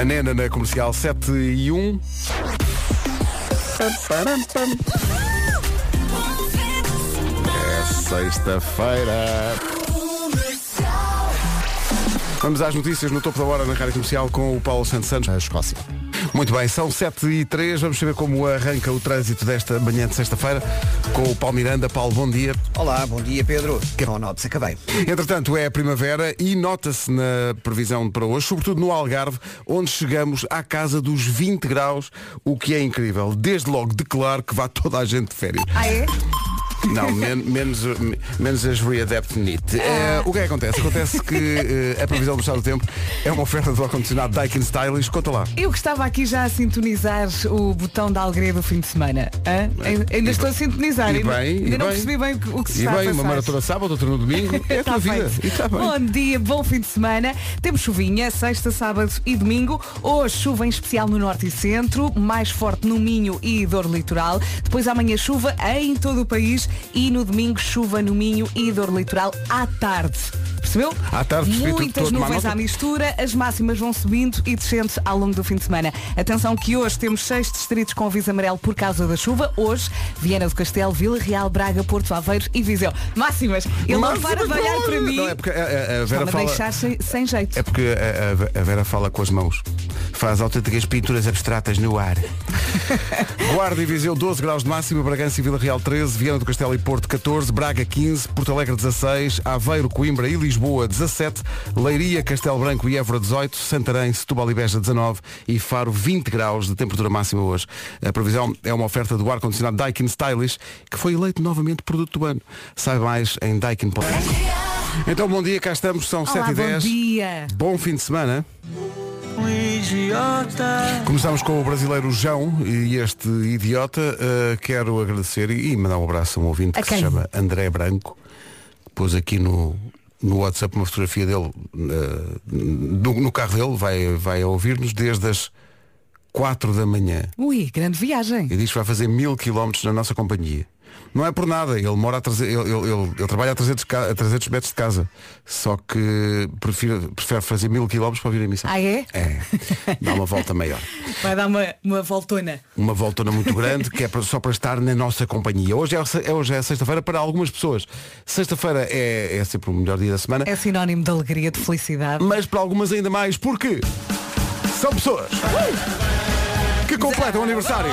Nena na Comercial 7 e 1. É sexta-feira. Vamos às notícias no topo da hora na Rádio Comercial com o Paulo Santos Santos, na Escócia. Muito bem, são 7 e 3. Vamos saber como arranca o trânsito desta manhã de sexta-feira com o Paulo Miranda. Paulo, bom dia. Olá, bom dia Pedro. Não note-se, acabei. Entretanto, é a primavera e nota-se na previsão para hoje, sobretudo no Algarve, onde chegamos à casa dos 20 graus, o que é incrível. Desde logo declaro que vá toda a gente de férias. Ah, é? Não, menos as Readapt NIT. O que é que acontece? Acontece que a previsão do estado do tempo é uma oferta do ar-condicionado Daikin Stylish. Conta lá. Eu que estava aqui já a sintonizar o botão da alegria do fim de semana. Ainda estou a sintonizar. Ainda não percebi bem o que se está a passar. Uma maratona sábado, outra no domingo. É a tua vida. E tá bem. Bom dia, bom fim de semana. Temos chuvinha, sexta, sábado e domingo. Hoje chuva em especial no norte e centro, mais forte no Minho e dor litoral. Depois amanhã chuva em todo o país e no domingo chuva no Minho e dor litoral à tarde. Percebeu? À tarde, muitas nuvens à mistura, as máximas vão subindo e descendo ao longo do fim de semana. Atenção que hoje temos 6 distritos com aviso amarelo por causa da chuva. Hoje, Viana do Castelo, Vila Real, Braga, Porto Aveiro e Viseu. Máximas. Ele não vai olhar para mim. Não, é porque a Vera fala... deixar sem jeito. É porque a Vera fala com as mãos. Faz autênticas pinturas abstratas no ar. Guarda e Viseu 12 graus de máxima, Bragança e Vila Real 13, Viana do Castelo e Porto 14, Braga 15, Porto Alegre 16, Aveiro, Coimbra e Lisboa 17, Leiria, Castelo Branco e Évora 18, Santarém, Setúbal e Beja 19 e Faro 20 graus de temperatura máxima hoje. A previsão é uma oferta do ar-condicionado Daikin Stylish, que foi eleito novamente produto do ano. Saiba mais em Daikin.com. Então bom dia, cá estamos, são 7h10. Bom dia. Bom fim de semana. Começamos com o brasileiro João e este idiota. Quero agradecer e mandar um abraço a um ouvinte que se chama André Branco. Pôs aqui no WhatsApp uma fotografia dele no carro dele, vai a ouvir-nos desde as 4 da manhã. Ui, grande viagem. E diz que vai fazer 1000 km na nossa companhia. Não é por nada, ele mora ele trabalha a 300 metros de casa. Só que prefere fazer 1000 km para ouvir a emissão. Ah, é? É. Dá uma volta maior. Vai dar uma voltona. Uma voltona muito grande, que é só para estar na nossa companhia. Hoje é sexta-feira para algumas pessoas. Sexta-feira é sempre o melhor dia da semana. É sinónimo de alegria, de felicidade. Mas para algumas ainda mais, porque são pessoas que completam o aniversário.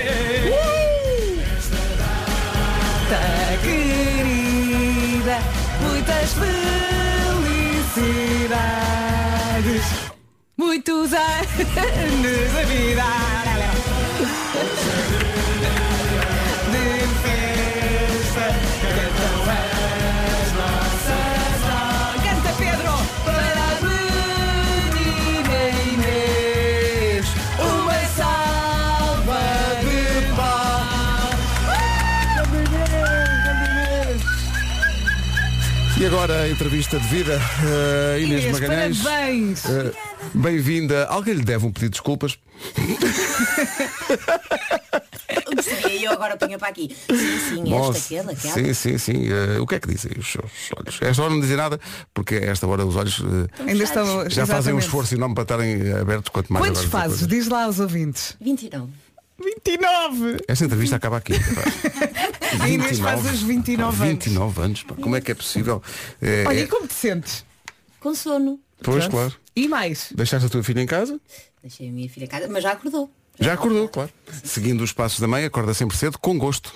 Querida, muitas felicidades, muitos anos de vida, de festa, cantam as nossas mãos. Canta, Pedro, para a menina Inês, uma salva de palmas. E agora a entrevista de vida, Inês Magalhães. Parabéns! Bem-vinda. Alguém lhe deve um pedido de desculpas? Eu agora punha para aqui. Sim, aquela. Sim. O que é que dizem os seus olhos? Esta hora não dizem nada, porque a esta hora os olhos ainda estão, já fazem um esforço enorme para estarem abertos. Quanto mais quantos fazes? Diz lá aos ouvintes. 29. 29! Esta entrevista acaba aqui. A Inês faz os 29 anos. 29 anos, pá. Como é que é possível? Olha, e como te sentes? Com sono. Pois, claro. E mais? Deixaste a tua filha em casa? Deixei a minha filha em casa, mas já acordou. Já acordou, claro. Seguindo os passos da mãe, acorda sempre cedo, com gosto.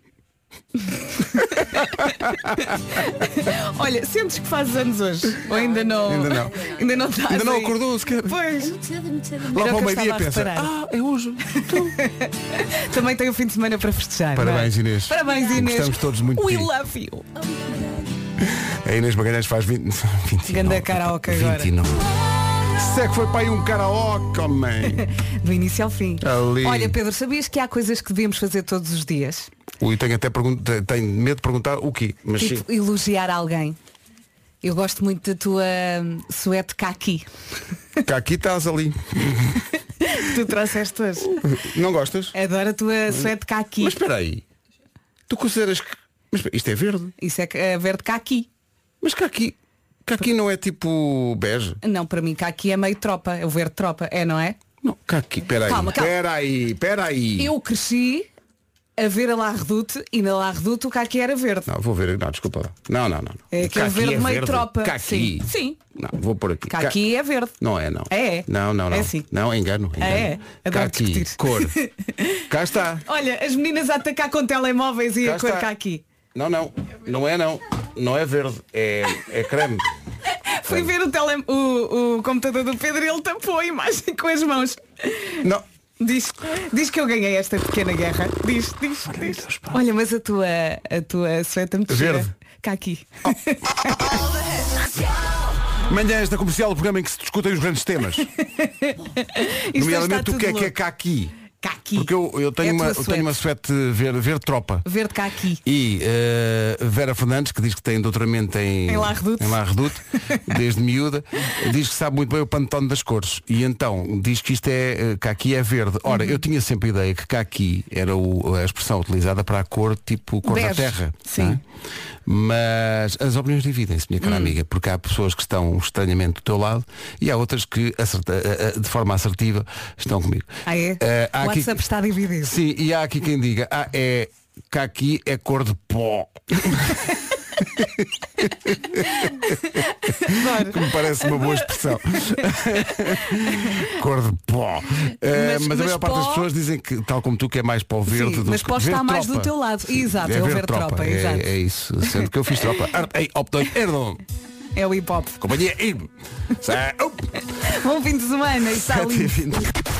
Olha, sentes que fazes anos hoje? Ou ainda não? Ainda não. Ainda não estás Ainda não aí? acordou sequer. Pois. Muito cedo. Lá Era para o o que eu meio-dia estava a pensa, reparar. é hoje. Também tem o fim de semana para festejar. Parabéns, não é? Inês. Parabéns, Inês. Gostamos todos muito de We ti. love you. A Inês Magalhães faz 29. Ganda karaoke agora. 29. Se é que foi para aí um karaoke, homem. Do início ao fim. Ali. Olha, Pedro, sabias que há coisas que devemos fazer todos os dias? Ui, tenho medo de perguntar o quê? Mas Tipo, sim. elogiar alguém. Eu gosto muito da tua suéte caqui. Cá aqui estás ali. Tu trouxeste hoje. Não gostas? Adoro a tua suéte caqui. Mas espera aí. Tu consideras que... Mas isto é verde. Isso é verde caqui. Mas cá aqui... Caqui não é tipo bege? Não, para mim caqui é meio tropa, é o verde tropa, não? Não, caqui, peraí. Calma. Peraí. Eu cresci a ver a La Redoute e na La Redoute o caqui era verde. Não, vou ver, não, desculpa lá. Não. É aquele verde meio tropa. Caqui. Sim. Não, vou pôr aqui. Caqui é verde. Não é, não. É. Não. É sim. Não, engano. É. Adoro Caqui, discutir. cor. Cá está. Olha, as meninas a atacar com telemóveis e Cá a cor está. caqui. Não é não. Não é verde, é creme. Fui ver o computador do Pedro e ele tapou a imagem com as mãos. Não. Diz que eu ganhei esta pequena guerra. Diz. Deus, pá. Olha, mas a tua suéter me Verde. Caqui. Manhãs da Comercial, o programa em que se discutem os grandes temas. Nomeadamente o que é caqui. Caqui. Porque eu tenho, É a tua eu tenho uma suéte verde tropa. Verde caqui. E Vera Fernandes, que diz que tem doutoramento em La Redoute. desde miúda, diz que sabe muito bem o pantone das cores. E então diz que isto caqui é verde. Ora, eu tinha sempre a ideia que caqui era a expressão utilizada para a cor tipo cor da Bege. terra. Sim. Não é? Mas as opiniões dividem-se, minha cara amiga, porque há pessoas que estão estranhamente do teu lado e há outras que de forma assertiva estão comigo. Há o WhatsApp está dividido. Sim, e há aqui quem diga, caqui é cor de pó. Que me parece uma boa expressão. Cor de pó. Mas a maior parte das pessoas dizem que, tal como tu, que é mais pó verde. Sim, mas pó está mais do teu lado. Exato, é o verde tropa. Exato. É isso, sendo que eu fiz tropa. É o hip hop. Companhia Bom fim de semana e está lindo.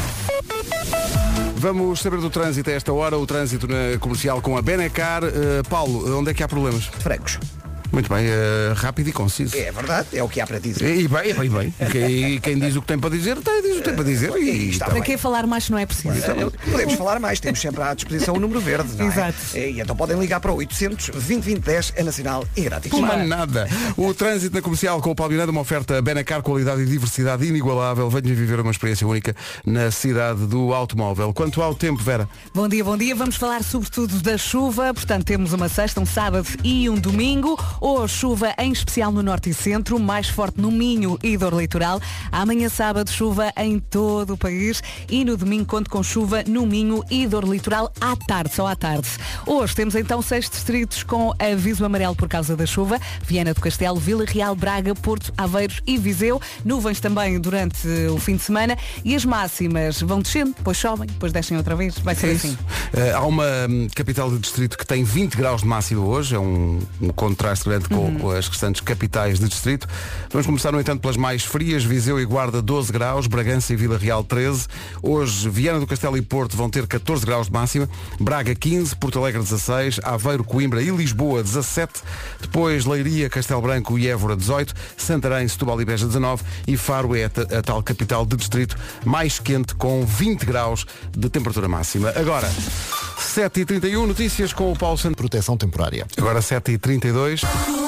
Vamos saber do trânsito a esta hora, o trânsito na comercial com a Benecar. Paulo, onde é que há problemas? Fregos. Muito bem, rápido e conciso. É verdade, é o que há para dizer. E bem. Quem diz o que tem para dizer, diz o que tem para dizer. E está Para bem. que falar mais não é preciso? Podemos falar mais, temos sempre à disposição o número verde, não é? Exato. E então podem ligar para o 800 2010, é nacional e grátis. Mas nada. O trânsito na comercial com o Paulo Miranda, uma oferta Benacar, qualidade e diversidade inigualável. Venha viver uma experiência única na cidade do automóvel. Quanto ao tempo, Vera? Bom dia. Vamos falar sobretudo da chuva. Portanto, temos uma sexta, um sábado e um domingo. Hoje, chuva em especial no norte e centro, mais forte no Minho e dor litoral. Amanhã, sábado, chuva em todo o país. E no domingo, conto com chuva no Minho e dor litoral à tarde, só à tarde. Hoje temos então 6 distritos com aviso amarelo por causa da chuva. Viana do Castelo, Vila Real, Braga, Porto, Aveiros e Viseu. Nuvens também durante o fim de semana. E as máximas vão descendo, depois sobem, depois descem outra vez. Vai ser assim. Há uma capital de distrito que tem 20 graus de máxima hoje. É um contraste grande com as restantes capitais de distrito. Vamos começar, no entanto, pelas mais frias. Viseu e Guarda 12 graus, Bragança e Vila Real 13. Hoje, Viana do Castelo e Porto vão ter 14 graus de máxima, Braga 15, Porto Alegre 16, Aveiro, Coimbra e Lisboa 17, depois Leiria, Castelo Branco e Évora 18, Santarém, Setúbal e Beja 19 e Faro é a tal capital de distrito mais quente com 20 graus de temperatura máxima. Agora, 7h31, notícias com o Paulo Santos. Proteção temporária. Agora 7h32.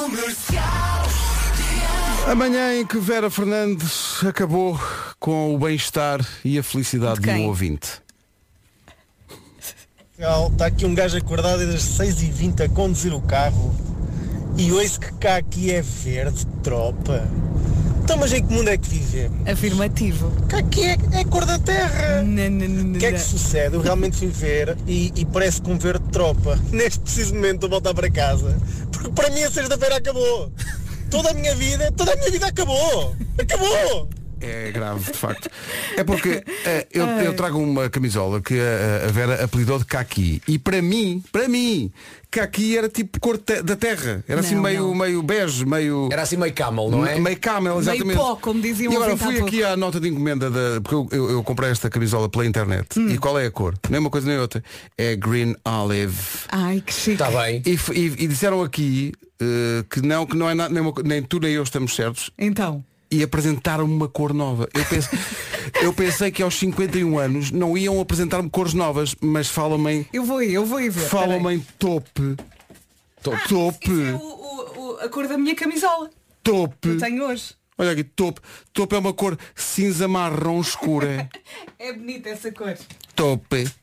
Amanhã em que Vera Fernandes acabou com o bem-estar e a felicidade de um ouvinte. Está aqui um gajo acordado das 6h20 a conduzir o carro e ouço que cá aqui é verde, tropa. Então, mas em que mundo é que vivemos? Afirmativo. Cá aqui é cor da terra. O O que é que sucede? Eu realmente fui ver e parece com verde tropa. Neste preciso momento eu voltar para casa. Porque para mim a sexta-feira acabou. Toda a minha vida acabou. Acabou! É grave, de facto. É porque eu trago uma camisola que a Vera apelidou de caqui. E para mim, caqui era tipo cor da terra. Era assim meio bege, meio... Era assim meio camel, não é? Meio camel, exatamente. Meio pó, como diziam. E agora fui aqui à nota de encomenda, porque eu comprei esta camisola pela internet. E qual é a cor? Nem uma coisa nem outra. É green olive. Ai, que chique. Está bem. E disseram aqui que não é nada, nem tu nem eu estamos certos. Então... E apresentaram-me uma cor nova. Eu pensei que aos 51 anos não iam apresentar-me cores novas, mas falam-me em... Eu vou ir ver. Falam-me em tope. Tope. Isso é a cor da minha camisola. Tope. Eu tenho hoje. Olha aqui, tope. Tope é uma cor cinza marrom escura. É bonita essa cor. Tope.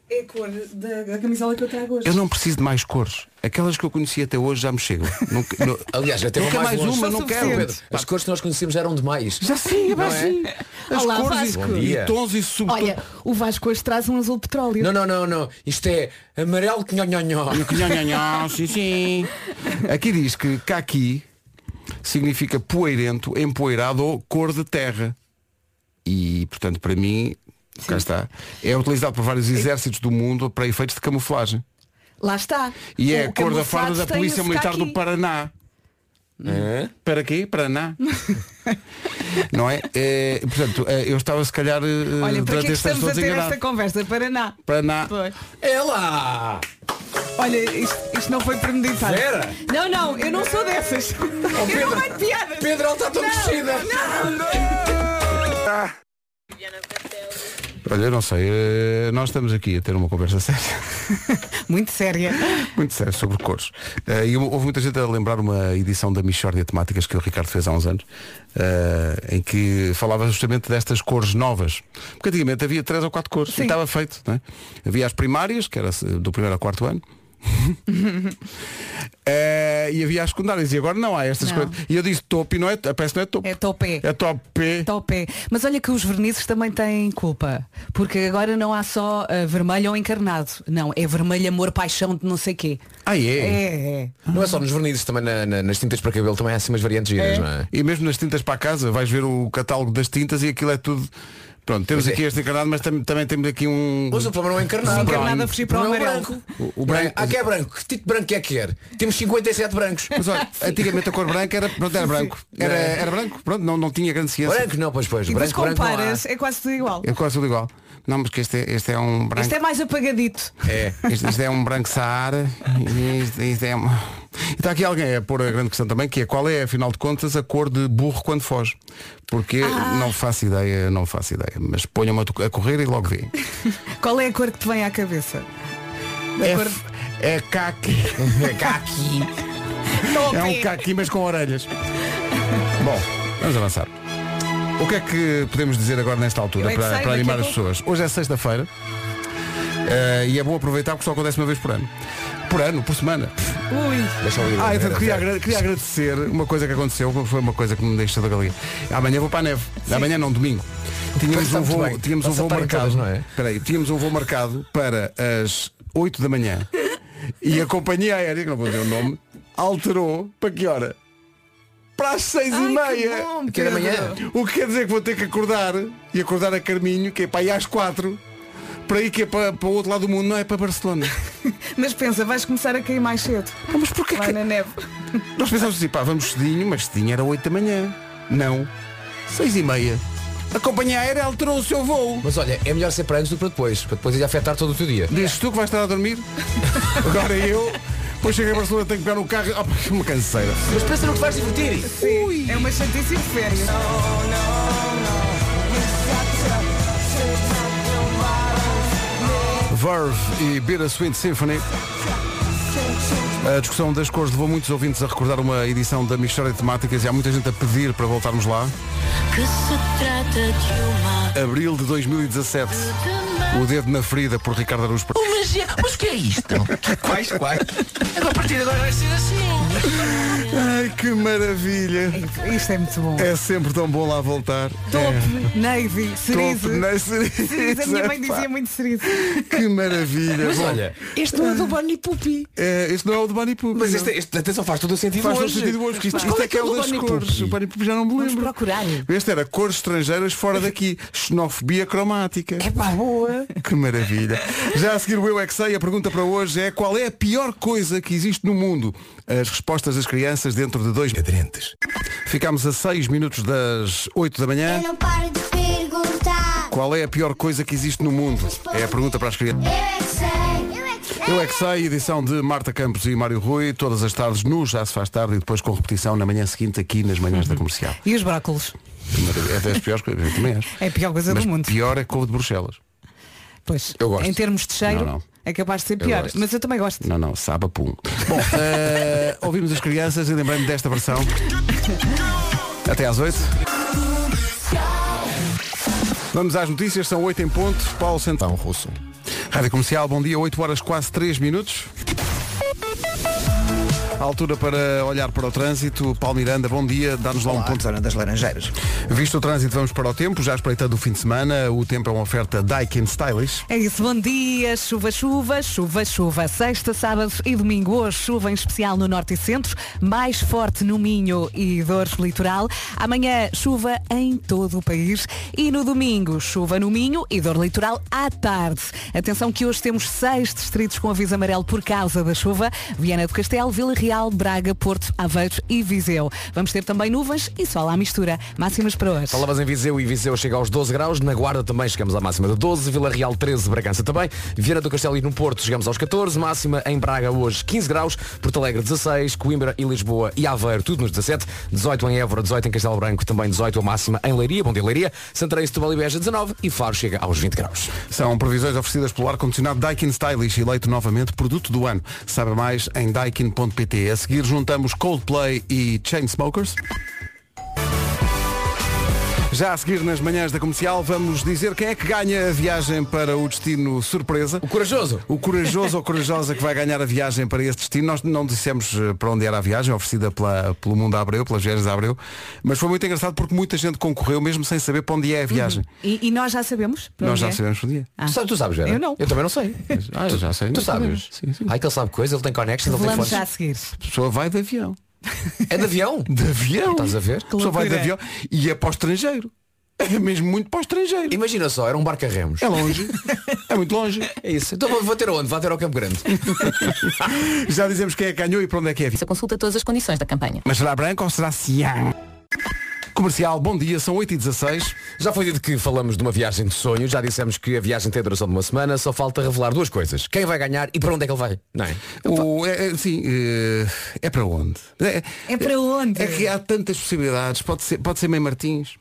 É a cor da camisola que eu trago hoje. Eu não preciso de mais cores. Aquelas que eu conheci até hoje já me chegam. Aliás, até não quero mais longe. uma, não quero. Pedro, as cores que nós conhecemos eram demais. Já sim, Não é? sim. As Olá, cores Vasco. e tons e subtons. Olha, o Vasco hoje traz um azul petróleo. Não. Isto é amarelo que nhonhonhó. Sim, sim. Aqui diz que caqui significa poeirento, empoeirado ou cor de terra. E, portanto, para mim, cá está, é utilizado por vários exércitos do mundo para efeitos de camuflagem. Lá está. E é O a cor da farda camuflado da tem Polícia esse Militar caqui. do Paraná. Para quê? Paraná. Não é? Portanto, eu estava se calhar Olha, para que é que estamos a todos ter enganados. esta conversa? Paraná. Paraná. Pois. É lá! Olha, isto não foi premeditado. Vera! Não, eu não sou dessas. Eu Pedro. não venho de piadas. Pedro, ela está tão crescida! Olha, eu não sei, nós estamos aqui a ter uma conversa séria. Muito séria. Muito sério, sobre cores. E houve muita gente a lembrar uma edição da Mixórdia de Temáticas que o Ricardo fez há uns anos, em que falava justamente destas cores novas. Porque antigamente havia 3 ou 4 cores. Sim. E estava feito. Não é? Havia as primárias, que era do 1º ao 4º ano. E havia as secundárias. E agora não há estas Não. coisas. E eu disse topo e não é, parece que não é topo. É topé. É topé. Topé. Mas olha que os vernizes também têm culpa. Porque agora não há só vermelho ou encarnado. Não, é vermelho, amor, paixão de não sei quê. É. Não é só nos vernizes, também nas tintas para cabelo também há assim umas variantes giras, não é? E mesmo nas tintas para a casa, vais ver o catálogo das tintas e aquilo é tudo. Pronto, temos aqui este encarnado, mas também temos aqui um. Mas o problema não é encarnado. Encarnado a fugir para o Não é amarelo. branco. O branco. Que é branco. Que tipo de branco é que quer? Temos 57 brancos. Mas olha, antigamente a cor branca era branco. Era branco, pronto, não tinha grande ciência. Branco não, pois. E depois Branco não há. comparas, é quase tudo igual. É quase tudo igual. Não, mas que este é um branco. Isto é mais apagadito. É. Isto é um branco Saara. Isto é uma... E está aqui alguém a pôr a grande questão também, que é qual é, afinal de contas, a cor de burro quando foge. Porque não faço ideia. Mas ponham-me a correr e logo vê. Qual é a cor que te vem à cabeça? É caqui. É caqui. É um caqui, mas com orelhas. Bom, vamos avançar. O que é que podemos dizer agora nesta altura Eu é que sei, para animar daqui a as pessoas? Hoje é sexta-feira e é bom aproveitar porque só acontece uma vez por ano. Por semana. Ui. Deixa eu ir. Então queria agradecer uma coisa que aconteceu, que foi uma coisa que me deixou da galinha. Amanhã vou para a neve. Amanhã não, domingo. Tínhamos um voo marcado. Não é? Espera aí, tínhamos um voo marcado para as 8 da manhã. E a companhia aérea, que não vou dizer o nome, alterou para que hora? Para as 6h30. Que é da manhã. O que quer dizer que vou ter que acordar e acordar a Carminho, que é para ir às 4, para ir que é para o outro lado do mundo, não é para Barcelona. Mas pensa, vais começar a cair mais cedo. Mas porquê Lá que... na neve. Nós pensávamos assim, pá, vamos cedinho, mas cedinho era 8 da manhã. Não, 6h30. A companhia aérea alterou o seu voo. Mas olha, é melhor ser para antes do que para depois ir afetar todo o teu dia. Dizes tu que vais estar a dormir? Agora eu, depois cheguei a Barcelona, tenho que pegar no carro. Oh, uma canseira. Mas pensa no que vais divertir. Sim, é uma chatice de férias. Verve e Bittersweet Symphony. A discussão das cores levou muitos ouvintes a recordar uma edição da Mixórdia de Temáticas e há muita gente a pedir para voltarmos lá. Que se trata de uma Abril de 2017. O Dedo na Ferida, por Ricardo Araújo. Mas o que é isto? Quais? A partir de agora vai ser assim. Ai, que maravilha. Isto é muito bom. É sempre tão bom lá voltar. Top, Navy, cerise. Top na Cerise, a minha mãe dizia muito cerise. Que maravilha. Mas Bom, olha, Este não é do Bunny Puppy. este não é o do Bunny Poop. mas este atenção, faz todo o sentido faz todo hoje. sentido hoje, porque isto, Mas isto qual é que é o do das Bunny cores. Poop? O Bunny Poop já não me Vamos lembro. procurar. Este era cores estrangeiras fora daqui. Xenofobia cromática. É pá, boa. Que maravilha. Já a seguir o Eu É Que Sei, a pergunta para hoje é: qual é a pior coisa que existe no mundo? As respostas das crianças dentro de 2 cadrentes. Ficámos a 6 minutos das 8 da manhã. não paro de perguntar. Qual é a pior coisa que existe no mundo? É a pergunta para as crianças. Eu é que sei. Eu É Que Sei, edição de Marta Campos e Mário Rui, todas as tardes no Já Se Faz Tarde e depois com repetição na manhã seguinte aqui nas manhãs da Comercial. E os brócolos? É das piores coisas, eu também acho. É a pior coisa Mas do mundo. pior é couve de Bruxelas. Pois, Eu gosto. em termos de cheiro, Não. é capaz de ser pior. gosto. Mas eu também gosto. Não, sabe a pum. Bom, ouvimos as crianças e lembrei-me desta versão. Até às 8. Vamos às notícias, são 8 em ponto. Paulo Santão Russo. Rádio Comercial, bom dia, 8 horas quase 3 minutos. A altura para olhar para o trânsito. Paulo Miranda, bom dia, dá-nos lá um ponto. Zona das Laranjeiras. Visto o trânsito, vamos para o tempo, já espreitando o fim de semana. O tempo é uma oferta Daikin Stylish. É isso, bom dia, chuva, chuva, chuva, chuva. Sexta, sábado e domingo, hoje chuva em especial no norte e centro, mais forte no Minho e dores litoral. Amanhã, chuva em todo o país e no domingo, chuva no Minho e dor litoral à tarde. Atenção que hoje temos 6 distritos com aviso amarelo por causa da chuva: Viana do Castelo, Vila Real, Braga, Porto, Aveiro e Viseu. Vamos ter também nuvens e sol à mistura. Máximas para hoje. Falavas em Viseu e Viseu chega aos 12 graus. Na Guarda também chegamos à máxima de 12. Vila Real 13, Bragança também. Viana do Castelo e no Porto chegamos aos 14. Máxima em Braga hoje 15 graus. Porto Alegre 16. Coimbra e Lisboa e Aveiro tudo nos 17. 18 em Évora, 18 em Castelo Branco, também 18 a máxima em Leiria. Bom dia Leiria. Santarém, Setúbal e Beja 19. E Faro chega aos 20 graus. São previsões oferecidas pelo ar-condicionado Daikin Stylish, eleito novamente produto do ano. Saiba mais em daikin.pt. A seguir juntamos Coldplay e Chainsmokers. Já a seguir nas manhãs da Comercial vamos dizer quem é que ganha a viagem para o destino surpresa. O corajoso. O corajoso ou corajosa que vai ganhar a viagem para esse destino. Nós não dissemos para onde era a viagem, oferecida pelo Mundo Abreu, pelas viagens da Abreu, mas foi muito engraçado porque muita gente concorreu mesmo sem saber para onde é a viagem. E nós já sabemos? Nós já sabemos para onde é. Tu sabes, Vera? Eu não. Eu também não sei. Eu já sei. Tu sabes? Sim, sim. Ai, que ele sabe coisa, ele tem connections, ele tem Falamos fotos. já a seguir. A pessoa vai de avião. É de avião? De avião? Estás a ver? A pessoa vai de avião e é para o estrangeiro. É mesmo muito para o estrangeiro. Imagina só, era um barco a remos. É longe. É muito longe. É isso. Então vou ter onde? Vou ter ao Campo Grande. Já dizemos quem é que ganhou e para onde é que é a viagem. Consulta todas as condições da campanha. Mas será branco ou será cian? Comercial, bom dia, são 8h16. Já foi dito que falamos de uma viagem de sonho. Já dissemos que a viagem tem a duração de uma semana. Só falta revelar duas coisas: quem vai ganhar e para onde é que ele vai. Não é? Sim, é para onde? É para onde? É que há tantas possibilidades. Pode ser Mãe Martins.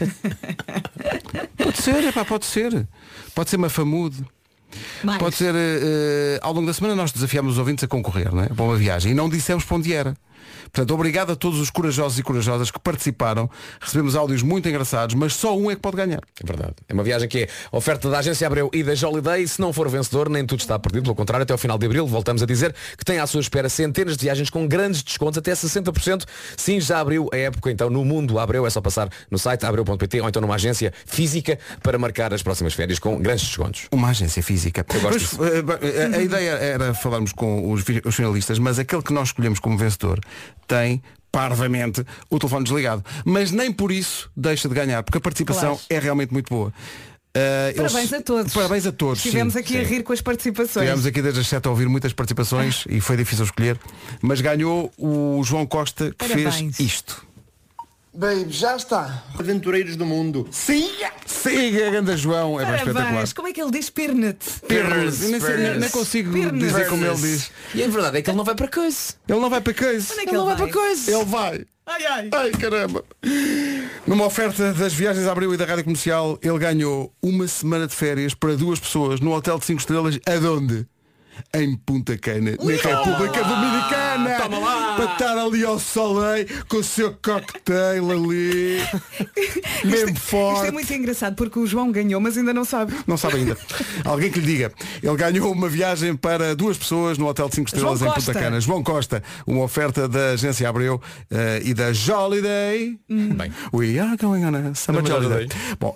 Pode ser. Pode ser Mafamude. Mais. Pode ser, ao longo da semana nós desafiámos os ouvintes a concorrer, não é? Para uma viagem e não dissemos para onde era. Portanto, obrigado a todos os corajosos e corajosas que participaram. Recebemos áudios muito engraçados, mas só um é que pode ganhar. É verdade. É uma viagem que é oferta da Agência Abreu e da Joliday. Se não for o vencedor, nem tudo está perdido. Pelo contrário, até ao final de abril, voltamos a dizer que tem à sua espera centenas de viagens com grandes descontos, até 60%. Sim, já abriu a época, então, no Mundo Abreu. É só passar no site abreu.pt ou então numa agência física para marcar as próximas férias com grandes descontos. Uma agência física. Eu gosto disso. A ideia era falarmos com os finalistas, mas aquele que nós escolhemos como vencedor tem, parvamente, o telefone desligado. Mas nem por isso deixa de ganhar, porque a participação Claro. é realmente muito boa. Parabéns a todos. Parabéns a todos. Estivemos sim, aqui a sim. rir com as participações. Estivemos aqui desde as 7 a ouvir muitas participações e foi difícil escolher. Mas ganhou o João Costa, que Parabéns. fez isto. Babe, já está. Aventureiros do mundo. Siga, ganda João. É bem espetacular. Parabéns. Como é que ele diz Pirnet? Pirnes. Nem consigo Pirnes. dizer como ele diz. E a verdade é que ele não vai para coisa. Ele não vai para coisa. Onde é que ele vai? coisa. Ele vai. Ai, caramba. Numa oferta das viagens à Abreu e da Rádio Comercial, ele ganhou uma semana de férias para 2 pessoas no hotel de 5 estrelas. Aonde? Em Punta Cana, na República Dominicana. Toma lá. Para estar ali ao soleil com o seu cocktail ali. Mesmo Isto forte. é muito engraçado porque o João ganhou, mas ainda não sabe. Não sabe ainda. Alguém que lhe diga. Ele ganhou uma viagem para 2 pessoas no hotel de 5 estrelas João em Punta Costa. Cana. João Costa, uma oferta da Agência Abreu e da Joliday. Bem. We are going on a summer Summer Joliday. Joliday. Bom,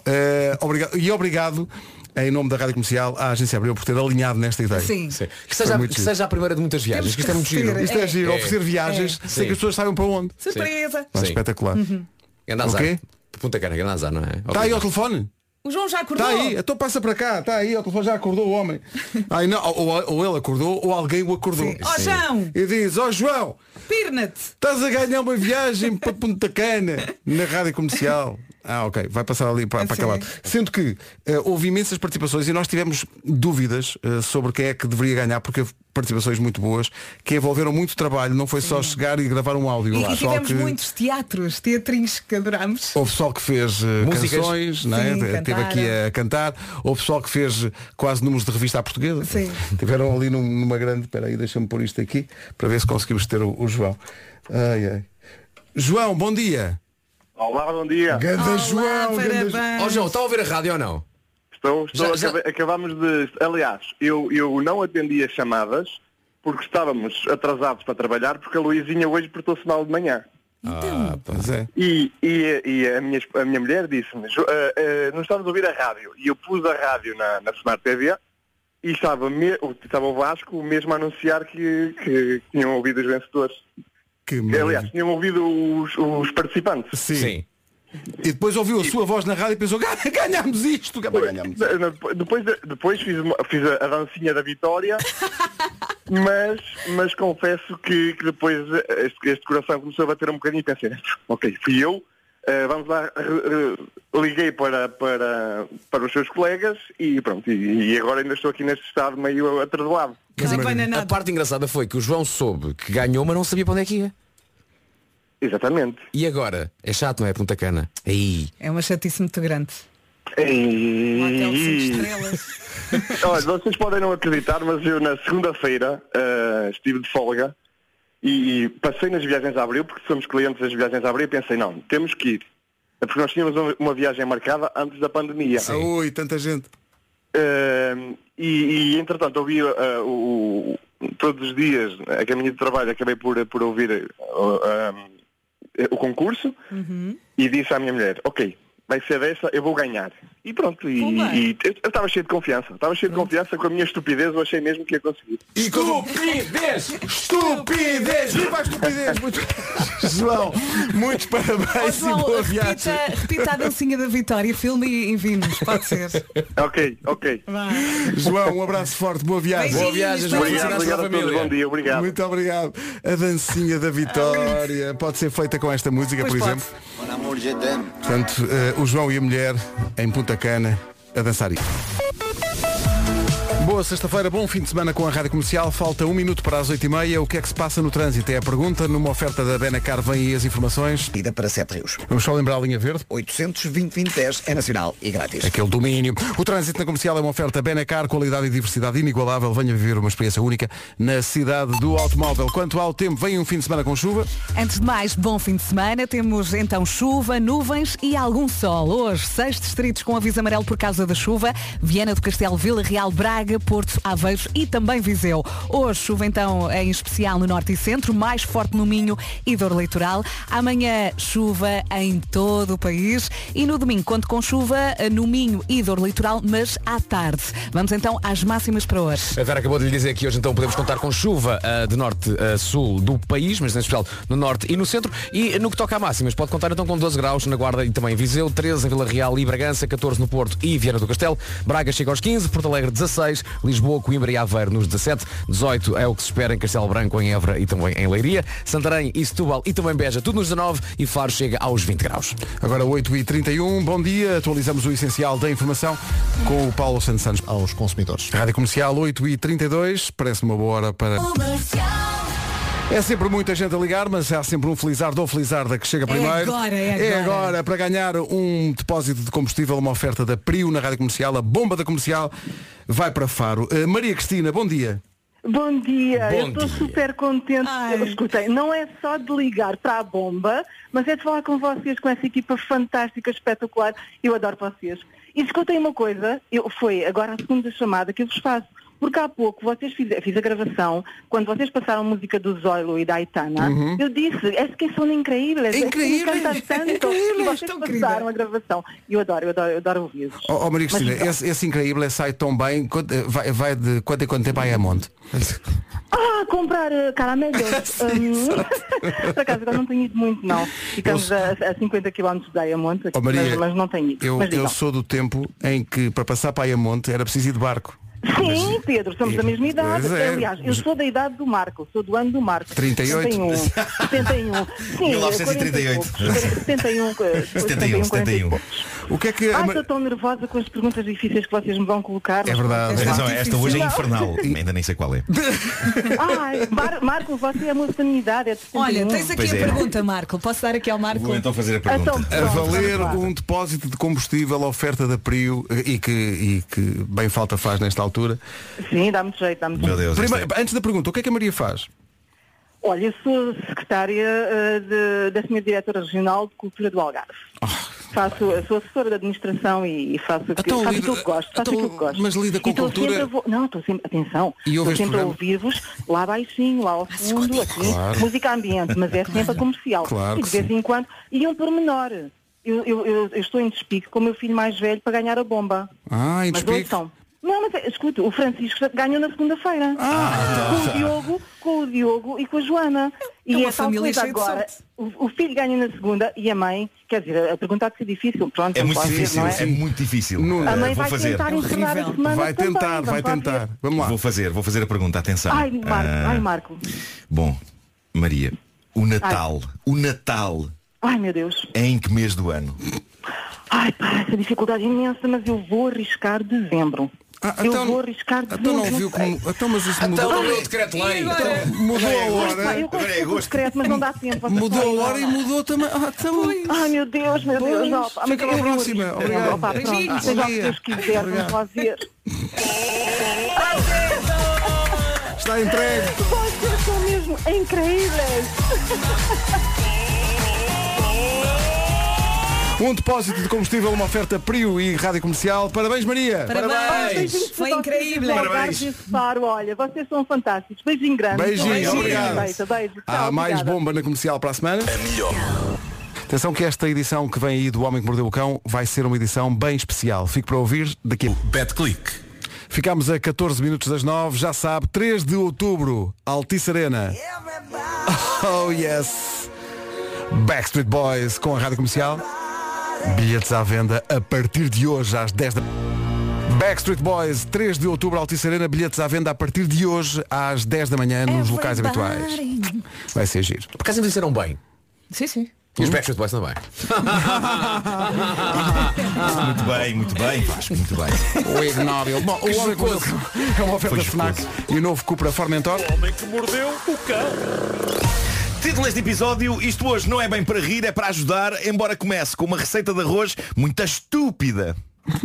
obrigado em nome da Rádio Comercial à Agência Abreu por ter alinhado nesta ideia. Sim. Sim. Que Foi seja, muito que giro. seja a primeira de muitas viagens, que isto é muito giro. ser. Isto é giro, É. oferecer viagens sem Sim. que as pessoas saibam para onde. Surpresa. Vai, Sim. espetacular. Grande O azar. quê? Punta Cana, grande azar, não é? Está aí ao telefone? O João já acordou. Está aí, então passa para cá, está aí, ao telefone já acordou o homem. Ai, não, ou ele acordou ou alguém o acordou. Ó João, E diz, ó João, Pirnet. estás a ganhar uma viagem para Punta Cana na Rádio Comercial. Ok, vai passar ali para Sim. aquele lado. Sendo que houve imensas participações e nós tivemos dúvidas sobre quem é que deveria ganhar, porque houve participações muito boas, que envolveram muito trabalho, não foi só chegar e gravar um áudio. E Houve pessoal tivemos muitos teatrinhos que adorámos. Houve pessoal que fez Músicas. canções, não é? Sim, Teve cantaram. aqui a cantar. Houve pessoal que fez quase números de revista à portuguesa. Sim. Tiveram ali numa grande. Espera aí, deixa-me pôr isto aqui para ver se conseguimos ter o João. Ai. João, bom dia. Olá, bom dia. Ganda Olá, João, ganda parabéns. Ó João, está a ouvir a rádio ou não? Acabámos de... Aliás, eu não atendi as chamadas porque estávamos atrasados para trabalhar porque a Luizinha hoje portou-se mal de manhã. Pois é. E a minha mulher disse-me, não estamos a ouvir a rádio. E eu pus a rádio na Smart TV e estava o Vasco mesmo a anunciar que tinham ouvido os vencedores. Aliás, tinham ouvido os participantes. Sim. E depois ouviu a sua voz na rádio e pensou, ganhámos isto, ganhámos. Depois fiz a dancinha da vitória, mas confesso que depois este coração começou a bater um bocadinho e pensei, ok, fui eu, vamos lá, liguei para os seus colegas e pronto, e agora ainda estou aqui neste estado meio atrasado. A parte engraçada foi que o João soube que ganhou, mas não sabia para onde é que ia. Exatamente. E agora? É chato, não é? Punta Cana. Aí. É uma chatice muito grande. Um hotel de 5 estrelas. Olha, vocês podem não acreditar, mas eu na segunda-feira estive de folga e passei nas viagens a Abril, porque somos clientes das viagens a Abril, e pensei, não, temos que ir. Porque nós tínhamos uma viagem marcada antes da pandemia. Ui, tanta gente. E entretanto ouvi todos os dias a caminho de trabalho, acabei por ouvir o concurso e disse à minha mulher, ok, vai ser dessa, eu vou ganhar. E pronto, e eu estava cheio de confiança. Com a minha estupidez, eu achei mesmo que ia conseguir. Estupidez! Viva a estupidez! João, muitos parabéns João, e boa viagem. repita a dancinha da vitória, filme e envie-nos, pode ser. Ok. João, um abraço forte, boa viagem. Beijinhos, boa viagem, João. Obrigado a todos, bom dia, obrigado. Muito obrigado. A dancinha da vitória pode ser feita com esta música, por exemplo. Portanto, o João e a mulher em Punta Cana a dançar isto. Boa sexta-feira, bom fim de semana com a Rádio Comercial. Falta 1 minuto para as 8h30. O que é que se passa no trânsito? É a pergunta. Numa oferta da Benacar vem aí as informações. Ida para 7 Rios. Vamos só lembrar a linha verde. 820-2010 é nacional e grátis. Aquele domínio. O trânsito na Comercial é uma oferta Benacar, qualidade e diversidade inigualável. Venha viver uma experiência única na cidade do automóvel. Quanto ao tempo, vem um fim de semana com chuva. Antes de mais, bom fim de semana. Temos então chuva, nuvens e algum sol. Hoje, 6 distritos com aviso amarelo por causa da chuva. Viana do Castelo, Vila Real, Braga, Porto, Aveiro e também Viseu. Hoje, chuva então em especial no norte e centro, mais forte no Minho e dor litoral. Amanhã, chuva em todo o país. E no domingo, conto com chuva no Minho e dor litoral, mas à tarde. Vamos então às máximas para hoje. A Vera acabou de lhe dizer que hoje então podemos contar com chuva de norte a sul do país, mas em especial no norte e no centro. E no que toca a máximas, pode contar então com 12 graus na Guarda e também em Viseu, 13 em Vila Real e Bragança, 14 no Porto e Viana do Castelo. Braga chega aos 15, Porto Alegre 16, Lisboa, Coimbra e Aveiro nos 17, 18 é o que se espera em Castelo Branco, em Évora e também em Leiria, Santarém e Setúbal e também Beja, tudo nos 19 e Faro chega aos 20 graus. Agora 8h31, bom dia, atualizamos o essencial da informação com o Paulo Santos Santos. Aos consumidores. Rádio Comercial 8h32, parece uma boa hora para... É sempre muita gente a ligar, mas há sempre um Felizardo ou Felizarda que chega primeiro. É agora para ganhar um depósito de combustível, uma oferta da Prio na Rádio Comercial, a bomba da Comercial vai para Faro. Maria Cristina, bom dia. Bom dia, Bom eu estou dia. super contente. Escutei, não é só de ligar para a bomba, mas é de falar com vocês, com essa equipa fantástica, espetacular. Eu adoro vocês. E escutei uma coisa, foi agora a segunda chamada que eu vos faço. Porque há pouco fiz a gravação, quando vocês passaram música do Zoilo e da Aitana, eu disse, que são incríveis, Incríveis, me encantam tanto, e vocês passaram a gravação. Eu adoro ouvir-vos. Maria Cristina, esse incrível sai tão bem, vai de quanto em quanto tempo a Ayamonte? Comprar caramelos. Por acaso, agora não tenho ido muito, não. Ficamos a 50 km de Ayamonte, mas não tenho ido. Eu sou do tempo em que para passar para Ayamonte era preciso ir de barco. Sim, Pedro, somos da mesma idade. Aliás, eu sou da idade do Marco, sou do ano do Marco. 38? 71. Sim, 1938. 71. O que é que... Estou tão nervosa com as perguntas difíceis que vocês me vão colocar. É verdade. Esta hoje é infernal. Ainda nem sei qual é. Marco, você é moço da minha idade, é de 71. Olha, tens aqui a pergunta, Marco. Posso dar aqui ao Marco? Vou então fazer a pergunta. Então, A valer um depósito de combustível, a oferta da Prio e que bem falta faz nesta altura. Sim, dá muito jeito. Meu Deus. Primeiro, antes da pergunta, o que é que a Maria faz? Olha, eu sou secretária da Sra. Diretora Regional de Cultura do Algarve. Sou assessora de administração e faço Então, aquilo que gosto. Faço aquilo que gosto. Mas lida com cultura. Estou sempre, atenção, E ouve estou este sempre a programa? ouvir-vos lá baixinho, lá ao fundo, assim, Claro. música ambiente, mas é sempre a comercial. Claro E que de vez sim. em quando, e um pormenor. Eu estou em despique com o meu filho mais velho para ganhar a bomba. Em Mas despique. ouçam. Não, mas escuta, o Francisco ganhou na segunda-feira. Com o Diogo e com a Joana. E uma é tal família coisa cheia de agora. sorte. O filho ganha na segunda e a mãe, quer dizer, a pergunta há de ser difícil. Pronto, É não muito pode ser, difícil, não é muito difícil. A mãe Vou vai fazer. tentar encerrar a semana Vai também, tentar, vamos vai lá tentar. ver. Vamos lá. Vou fazer a pergunta, atenção. Ai, Marco. Bom, Maria, o Natal. Ai, meu Deus. É em que mês do ano? Ai, pá, essa dificuldade é imensa, mas eu vou arriscar dezembro. Eu vou arriscar dezembro. Então não viu como. Então, mas isso mudou. Então não leu o decreto-lei. Mudou a hora. Eu gosto de secreto, mas não dá tempo. Mudou a hora e mudou também. Ai, meu Deus. Opa, Fica para a próxima. Obrigado. Opa, pronto, Beijinhos. seja o Bom que dia. Deus quiser, vamos lá ver. Está entregue. Vocês são mesmo incríveis. Um depósito de combustível, uma oferta Prio e Rádio Comercial. Parabéns, Maria. Parabéns. Foi incrível. Olha, vocês são fantásticos. Beijinho grande. Beijinho, obrigado. Beijo. Há mais bomba na Comercial para a semana. Atenção que esta edição que vem aí do Homem que Mordeu o Cão vai ser uma edição bem especial. Fique para ouvir daqui. BetClick. Ficámos a 14 minutos das 9, já sabe, 3 de outubro, Altice Arena. Oh yes. Backstreet Boys com a Rádio Comercial. Bilhetes à venda a partir de hoje às 10 da... Backstreet Boys, 3 de outubro, Altice Arena, bilhetes à venda a partir de hoje às 10 da manhã nos locais habituais. Vai ser giro. Por acaso envelheceram bem. Sim. E os Backstreet Boys também. Muito bem, Vasco, muito bem. O ignóbil. Bom, o homem que é uma oferta Foi FNAC e o novo Cupra Formentor. O homem que mordeu o cão. Título deste episódio, isto hoje não é bem para rir, é para ajudar, embora comece com uma receita de arroz muito estúpida.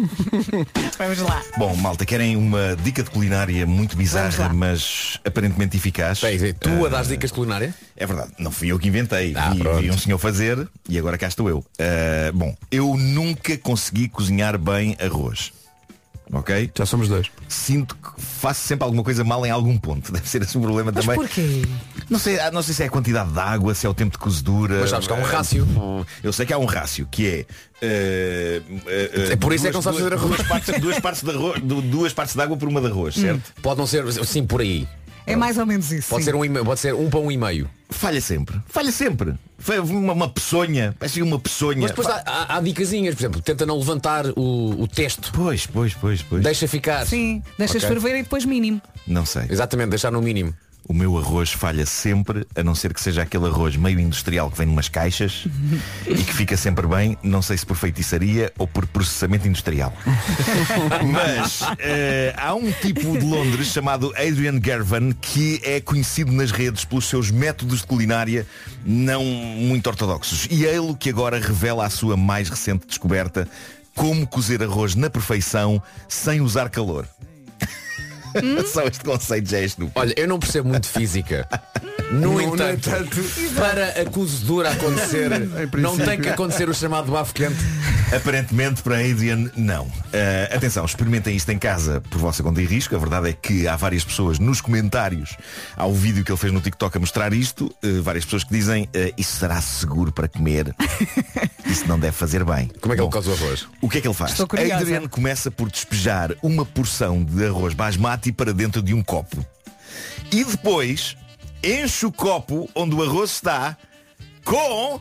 Vamos lá. Bom, malta, querem uma dica de culinária muito bizarra, mas aparentemente eficaz? Tu a das dicas de culinária? É verdade, não fui eu que inventei. Pronto. Vi um senhor fazer e agora cá estou eu. Bom, eu nunca consegui cozinhar bem arroz. Ok? Já somos dois. Sinto que faço sempre alguma coisa mal em algum ponto. Deve ser esse um problema Mas também. porquê? Não sei se é a quantidade de água, se é o tempo de cozedura. Mas sabes que há um rácio. Eu sei que há um rácio, que é... É por isso é que não sabes fazer arroz. Duas partes de água por uma de arroz, certo? Pode não ser, sim, por aí. É mais ou menos isso. Pode sim. ser um para 1,5. Falha sempre. Foi uma peçonha. Parece uma peçonha. Mas depois há dicasinhas, por exemplo, tenta não levantar o testo. Pois. Deixa ficar. Sim, deixas Ok. ferver e depois mínimo. Não sei. Exatamente, deixar no mínimo. O meu arroz falha sempre, a não ser que seja aquele arroz meio industrial que vem numas caixas e que fica sempre bem, não sei se por feitiçaria ou por processamento industrial. Mas há um tipo de Londres chamado Adrian Garvan que é conhecido nas redes pelos seus métodos de culinária não muito ortodoxos. E é ele que agora revela a sua mais recente descoberta: como cozer arroz na perfeição sem usar calor. Só este conceito já é estúpido. Olha, eu não percebo muito física. No entanto, para a cozedura acontecer, não tem que acontecer o chamado bafo quente. Aparentemente para Adrian não. Atenção, experimentem isto em casa por vossa conta e risco. A verdade é que há várias pessoas nos comentários ao vídeo que ele fez no TikTok a mostrar isto, várias pessoas que dizem isso será seguro para comer. Isso não deve fazer bem. Como é que ele coze o arroz? O que é que ele faz? Estou curiosa. Adrian começa por despejar uma porção de arroz basmati para dentro de um copo. E depois enche o copo onde o arroz está com...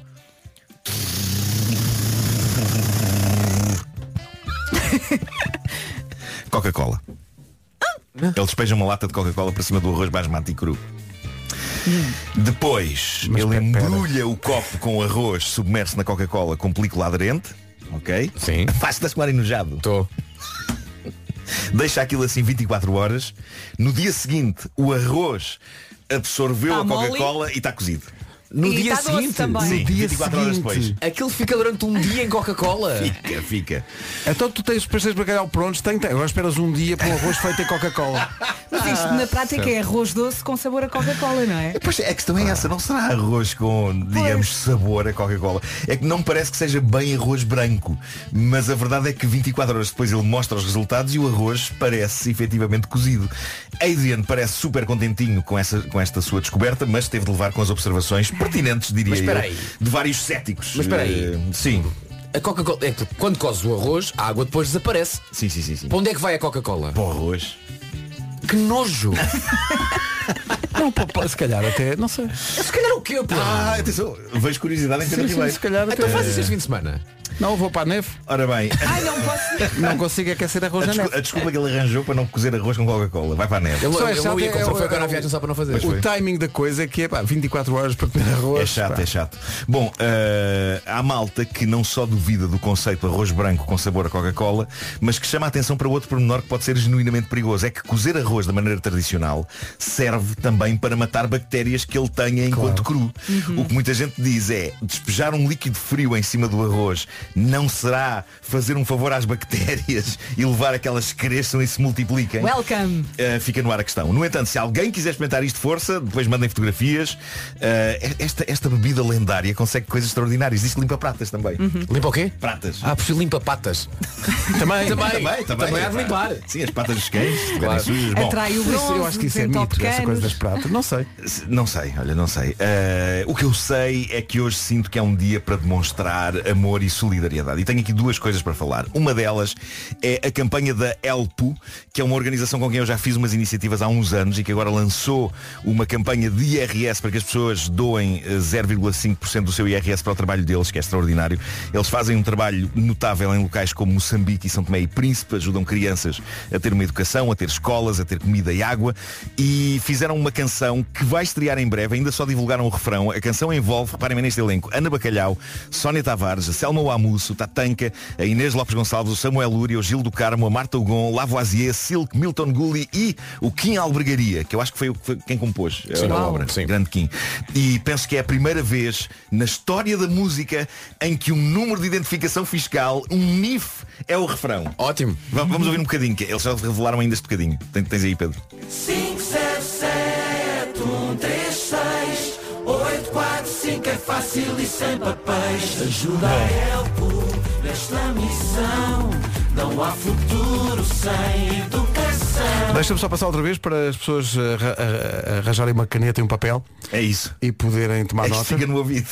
Coca-Cola. Ele despeja uma lata de Coca-Cola para cima do arroz basmati cru. Depois ele embrulha o copo com o arroz submerso na Coca-Cola com película aderente. Ok? Sim. Faz-te a enojado. Estou. Deixa aquilo assim 24 horas. No dia seguinte o arroz absorveu Tá a Coca-Cola e está cozido. No E dia tá doce seguinte? também. Sim, dia 24 horas seguinte. depois. Aquilo fica durante um dia em Coca-Cola. Fica. Então tu tens pastéis de bacalhau prontos? Tem. Agora esperas um dia para um arroz feito em Coca-Cola. Mas isto na prática é arroz doce com sabor a Coca-Cola, não é? Pois a questão é essa, não será arroz com, digamos, sabor a Coca-Cola. É que não me parece que seja bem arroz branco, mas a verdade é que 24 horas depois ele mostra os resultados e o arroz parece efetivamente cozido. Adrian parece super contentinho com esta sua descoberta, mas teve de levar com as observações pertinentes, diria eu, de vários céticos. Mas espera aí. Sim. A Coca-Cola, quando cozes o arroz, a água depois desaparece. Sim. Para onde é que vai a Coca-Cola? Para o arroz. Que nojo! Não, se calhar até, não sei. Se calhar o quê, pô? Atenção, vejo curiosidade em ter se calhar até. Então faz isso este fim de semana. Não, vou para a neve. Ora bem. Ai, não posso. Não consigo aquecer arroz na neve. A desculpa que ele arranjou para não cozer arroz com Coca-Cola. Vai para a neve. Ele não ia comprar, foi agora a viagem só para não fazer. O timing da coisa é que é 24 horas para comer arroz. É chato. Bom, há malta que não só duvida do conceito arroz branco com sabor a Coca-Cola, mas que chama a atenção para outro pormenor que pode ser genuinamente perigoso. É que cozer arroz da maneira tradicional serve também para matar bactérias que ele tenha enquanto cru. O que muita gente diz é despejar um líquido frio em cima do arroz não será fazer um favor às bactérias e levar a que elas cresçam e se multipliquem. Welcome. Fica no ar a questão. No entanto, se alguém quiser experimentar isto de força, depois mandem fotografias. Esta bebida lendária consegue coisas extraordinárias. Isto limpa pratas também. Limpa o quê? Pratas. Preciso limpa patas. Também há de limpar. Sim, as patas dos cães. Claro. Sujas. Bom, Atrai o bronze, eu acho que isso é mito, essa coisa das pratas. Não sei. Não sei. O que eu sei é que hoje sinto que é um dia para demonstrar amor e solidariedade. E tenho aqui duas coisas para falar. Uma delas é a campanha da Elpo, que é uma organização com quem eu já fiz umas iniciativas há uns anos e que agora lançou uma campanha de IRS para que as pessoas doem 0,5% do seu IRS para o trabalho deles, que é extraordinário. Eles fazem um trabalho notável em locais como Moçambique e São Tomé e Príncipe, ajudam crianças a ter uma educação, a ter escolas, a ter comida e água, e fizeram uma canção que vai estrear em breve, ainda só divulgaram o refrão. A canção envolve, reparem neste elenco, Ana Bacalhau, Sónia Tavares, a Selma Wamusso, Tatanka, a Inês Lopes Gonçalves, o Samuel Lúria, o Gil do Carmo, a Marta Hugon, Lavoisier, Silk, Milton Gulli e o Kim Albergaria, que eu acho que foi quem compôs a obra. Sim. Grande Kim. E penso que é a primeira vez na história da música em que um número de identificação fiscal, um NIF, é o refrão. Ótimo. Vamos ouvir um bocadinho, que eles já revelaram ainda este bocadinho. Tens aí, Pedro. 507 136 845 é fácil e sem papéis. Ajuda a Elpo nesta missão. Não há futuro sem educação. Deixa-me só passar outra vez para as pessoas arranjarem uma caneta e um papel. É isso. E poderem tomar nota. Fica no ouvido.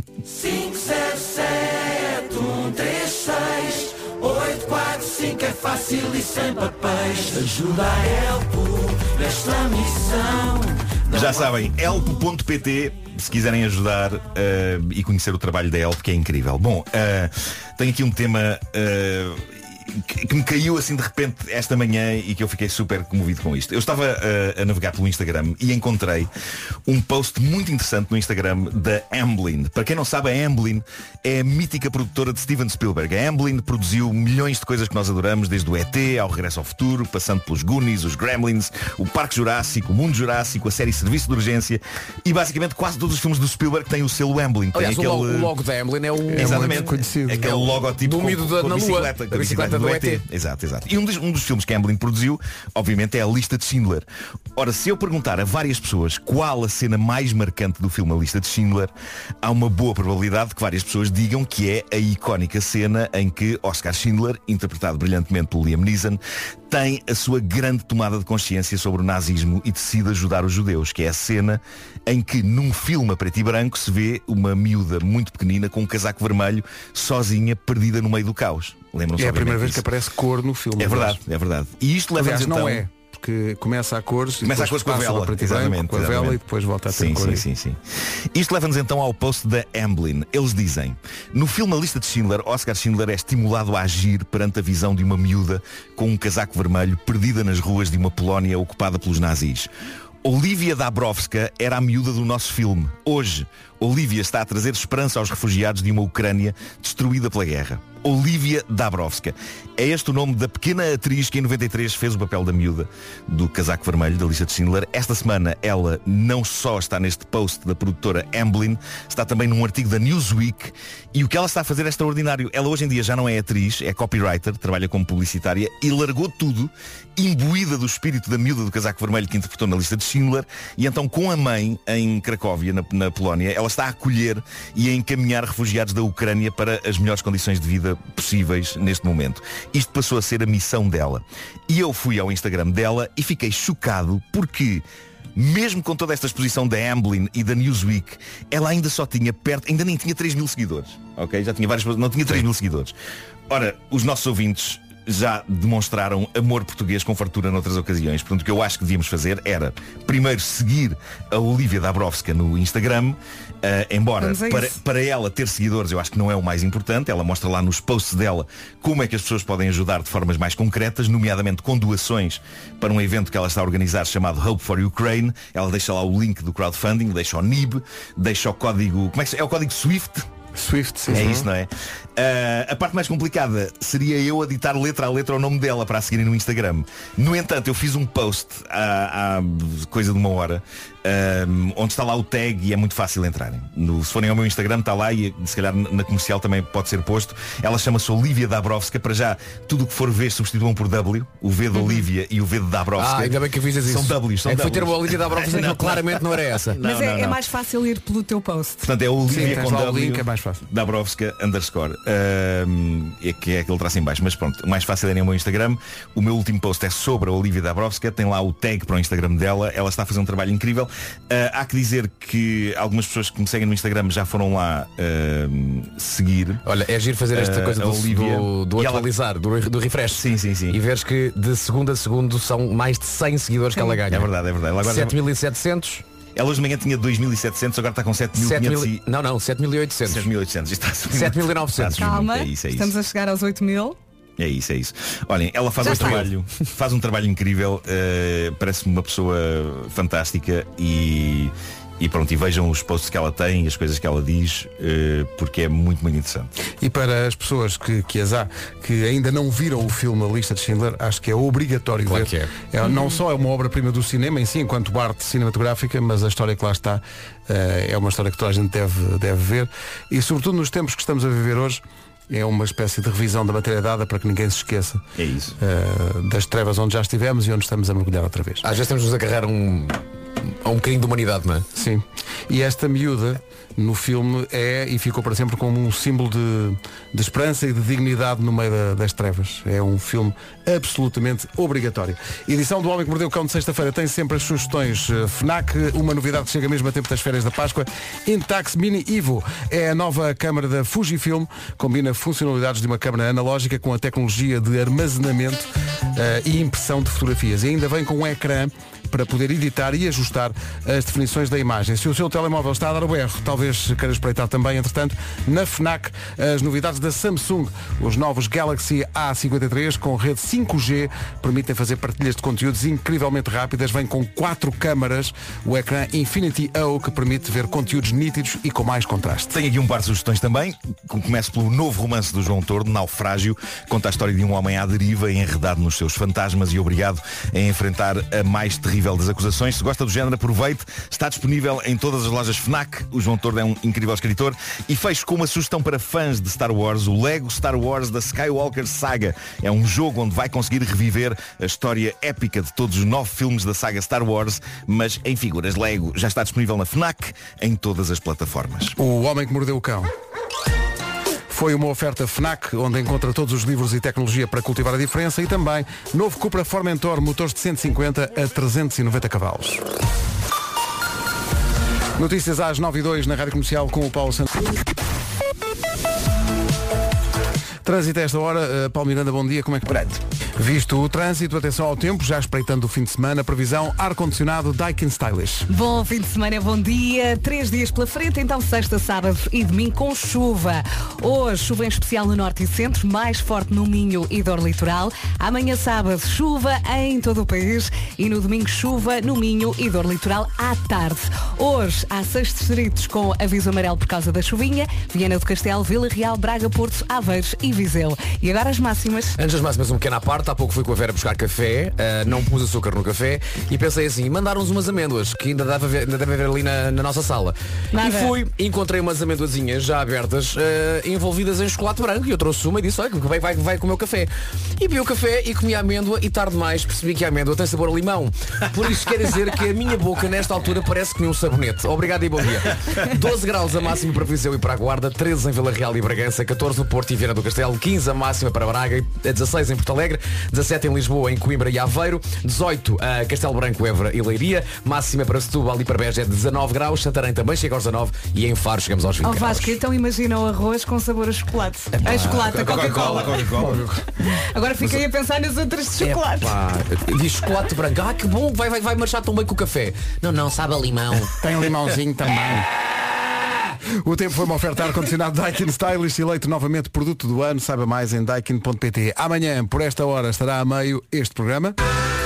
507 136 845 é fácil e sem papéis. Ajuda a Elpo nesta missão. Já sabem, elpo.pt se quiserem ajudar e conhecer o trabalho da Elpo, que é incrível. Bom, tenho aqui um tema que me caiu assim de repente esta manhã e que eu fiquei super comovido com isto. Eu estava a navegar pelo Instagram e encontrei um post muito interessante no Instagram da Amblin. Para quem não sabe, a Amblin é a mítica produtora de Steven Spielberg. A Amblin produziu milhões de coisas que nós adoramos, desde o ET ao Regresso ao Futuro, passando pelos Goonies, os Gremlins, o Parque Jurássico, o Mundo Jurássico, a série Serviço de Urgência e basicamente quase todos os filmes do Spielberg têm o selo Amblin. Aliás, o logo da Amblin é o exatamente conhecido. Aquele logotipo do miúdo na bicicleta, a bicicleta do ET. Exato. E um dos filmes que a Amblin produziu, obviamente, é A Lista de Schindler. Ora, se eu perguntar a várias pessoas qual a cena mais marcante do filme A Lista de Schindler, há uma boa probabilidade de que várias pessoas digam que é a icónica cena em que Oscar Schindler, interpretado brilhantemente pelo Liam Neeson, tem a sua grande tomada de consciência sobre o nazismo e decide ajudar os judeus, que é a cena em que num filme a preto e branco se vê uma miúda muito pequenina com um casaco vermelho, sozinha, perdida no meio do caos. Lembram-se? É a primeira vez que aparece cor no filme. É verdade. E isto leva-nos então... não é. Porque começa a cores com a vela, exatamente, com a vela e depois volta a ter cor. Sim. Isto leva-nos então ao post da Amblin. Eles dizem: no filme A Lista de Schindler, Oscar Schindler é estimulado a agir perante a visão de uma miúda com um casaco vermelho perdida nas ruas de uma Polónia ocupada pelos nazis. Olivia Dabrowska era a miúda do nosso filme. Hoje Olivia está a trazer esperança aos refugiados de uma Ucrânia destruída pela guerra. Olivia Dabrowska. É este o nome da pequena atriz que em 93 fez o papel da miúda do casaco vermelho da lista de Schindler. Esta semana ela não só está neste post da produtora Amblin, está também num artigo da Newsweek, e o que ela está a fazer é extraordinário. Ela hoje em dia já não é atriz, é copywriter, trabalha como publicitária e largou tudo, imbuída do espírito da miúda do casaco vermelho que interpretou na lista de Schindler, e então com a mãe em Cracóvia, na Polónia, ela está a acolher e a encaminhar refugiados da Ucrânia para as melhores condições de vida possíveis neste momento. Isto passou a ser a missão dela. E eu fui ao Instagram dela e fiquei chocado porque, mesmo com toda esta exposição da Amblin e da Newsweek, ela ainda só tinha ainda nem tinha 3 mil seguidores. Ok? Já tinha várias, não tinha 3 mil seguidores. Ora, os nossos ouvintes já demonstraram amor português com fartura noutras ocasiões. Portanto, o que eu acho que devíamos fazer era primeiro seguir a Olivia Dabrowska no Instagram, embora para ela ter seguidores eu acho que não é o mais importante. Ela mostra lá nos posts dela como é que as pessoas podem ajudar de formas mais concretas, nomeadamente com doações para um evento que ela está a organizar chamado Hope for Ukraine. Ela deixa lá o link do crowdfunding, deixa o NIB, deixa o código, como é que é o código SWIFT? Swift, sim. É isso, não é? A parte mais complicada seria eu editar letra a letra o nome dela para a seguirem no Instagram. No entanto, eu fiz um post há coisa de uma hora, onde está lá o tag e é muito fácil entrarem. Se forem ao meu Instagram está lá, e se calhar na comercial também pode ser posto. Ela chama-se Olivia Dabrowska. Para já, tudo o que for V substituam por W. O V de Olivia e o V de Dabrowska. Ainda bem que avisas isso. São W's. Foi ter uma Olivia Dabrowska que claramente não era essa. Mas é mais fácil ir pelo teu post. Portanto, é Olivia com W, link, é mais fácil. Dabrowska _ que é aquele traço em baixo. Mas pronto, o mais fácil é no meu Instagram. O meu último post é sobre a Olivia Dabrowska. Tem lá o tag para o Instagram dela. Ela está a fazer um trabalho incrível. Há que dizer que algumas pessoas que me seguem no Instagram já foram lá seguir. Olha, é giro fazer esta coisa do atualizar, do refresh. Sim. E veres que de segundo a segundo são mais de 100 seguidores que ela ganha. É verdade. Agora 7.700. Ela hoje de manhã tinha 2.700, agora está com 7.500. Não, 7.800. 7.800. 7.900. Calma, é isso. Estamos a chegar aos 8.000. É isso. Olhem, ela faz um trabalho incrível, parece-me uma pessoa fantástica e pronto, e vejam os posts que ela tem, as coisas que ela diz, porque é muito, muito interessante. E para as pessoas que ainda não viram o filme A Lista de Schindler, acho que é obrigatório ver. Que não só é uma obra-prima do cinema em si, enquanto arte cinematográfica, mas a história que lá está é uma história que toda a gente deve ver. E sobretudo nos tempos que estamos a viver hoje, é uma espécie de revisão da matéria dada para que ninguém se esqueça das trevas onde já estivemos e onde estamos a mergulhar outra vez. Às vezes temos-nos a carregar a um bocadinho de humanidade, não é? Sim. E esta miúda no filme e ficou para sempre como um símbolo de esperança e de dignidade no meio das trevas. É um filme absolutamente obrigatório. Edição do Homem que Mordeu o Cão de sexta-feira tem sempre as sugestões FNAC. Uma novidade que chega mesmo a tempo das férias da Páscoa. Intax Mini Evo é a nova câmara da Fujifilm. Combina funcionalidades de uma câmara analógica com a tecnologia de armazenamento e impressão de fotografias. E ainda vem com um ecrã para poder editar e ajustar as definições da imagem. Se o seu telemóvel está a dar o berro, talvez queira espreitar também, entretanto, na FNAC, as novidades da Samsung. Os novos Galaxy A53 com rede 5G permitem fazer partilhas de conteúdos incrivelmente rápidas. Vem com 4 câmaras, o ecrã Infinity O, que permite ver conteúdos nítidos e com mais contraste. Tenho aqui um par de sugestões também. Começo pelo novo romance do João Tordo, Naufrágio. Conta a história de um homem à deriva, enredado nos seus fantasmas e obrigado a enfrentar a mais terrível das acusações. Se gosta do género, aproveite. Está disponível em todas as lojas FNAC. O João Tordo é um incrível escritor. E fecho com uma sugestão para fãs de Star Wars, o Lego Star Wars da Skywalker Saga. É um jogo onde vai conseguir reviver a história épica de todos os 9 filmes da saga Star Wars, mas em figuras Lego. Já está disponível na FNAC em todas as plataformas. O Homem que Mordeu o Cão foi uma oferta FNAC, onde encontra todos os livros e tecnologia para cultivar a diferença, e também novo Cupra Formentor, motores de 150 a 390 cavalos. Notícias às 9h02 na Rádio Comercial com o Paulo Santos. Trânsito a esta hora. Paulo Miranda, bom dia. Como é que... Visto o trânsito, atenção ao tempo, já espreitando o fim de semana, previsão ar-condicionado Daikin Stylish. Bom fim de semana, bom dia. 3 dias pela frente, então sexta, sábado e domingo com chuva. Hoje, chuva em especial no norte e centro, mais forte no Minho e dor litoral. Amanhã, sábado, chuva em todo o país e no domingo, chuva no Minho e dor litoral à tarde. Hoje, há 6 distritos com aviso amarelo por causa da chuvinha: Viana do Castelo, Vila Real, Braga, Porto, Aveiros e Viseu. E agora as máximas. Antes das máximas, um pequeno à parte. Há pouco fui com a Vera buscar café, não pus açúcar no café e pensei assim, mandaram-nos umas amêndoas que ainda deve haver ali na nossa sala. Nada. E fui, encontrei umas amêndoazinhas já abertas, envolvidas em chocolate branco, e eu trouxe uma e disse, olha, vai comer o café. E bebi o café e comi a amêndoa e tarde demais percebi que a amêndoa tem sabor a limão. Por isso quer dizer que a minha boca nesta altura parece que comi um sabonete. Obrigado e bom dia. 12 graus a máxima para Viseu e para a Guarda, 13 em Vila Real e Bragança, 14 no Porto e Viana do Castelo, 15 a máxima para Braga, 16 em Porto Alegre, 17 em Lisboa, em Coimbra e Aveiro, 18 a Castelo Branco, Évora e Leiria, máxima para Setúbal e para Beja é 19 graus, Santarém também chega aos 19 e em Faro chegamos aos 20 graus. Vasco, então imagina o arroz com sabor a chocolate. A chocolate, a Coca-Cola. Agora fiquei a pensar nas outras de chocolate. Diz chocolate branco, que bom, vai marchar tão bem com o café. Não, sabe a limão. Tem limãozinho também. O tempo foi uma oferta ar-condicionado Daikin Stylish, eleito novamente produto do ano. Saiba mais em daikin.pt. Amanhã, por esta hora, estará a meio este programa.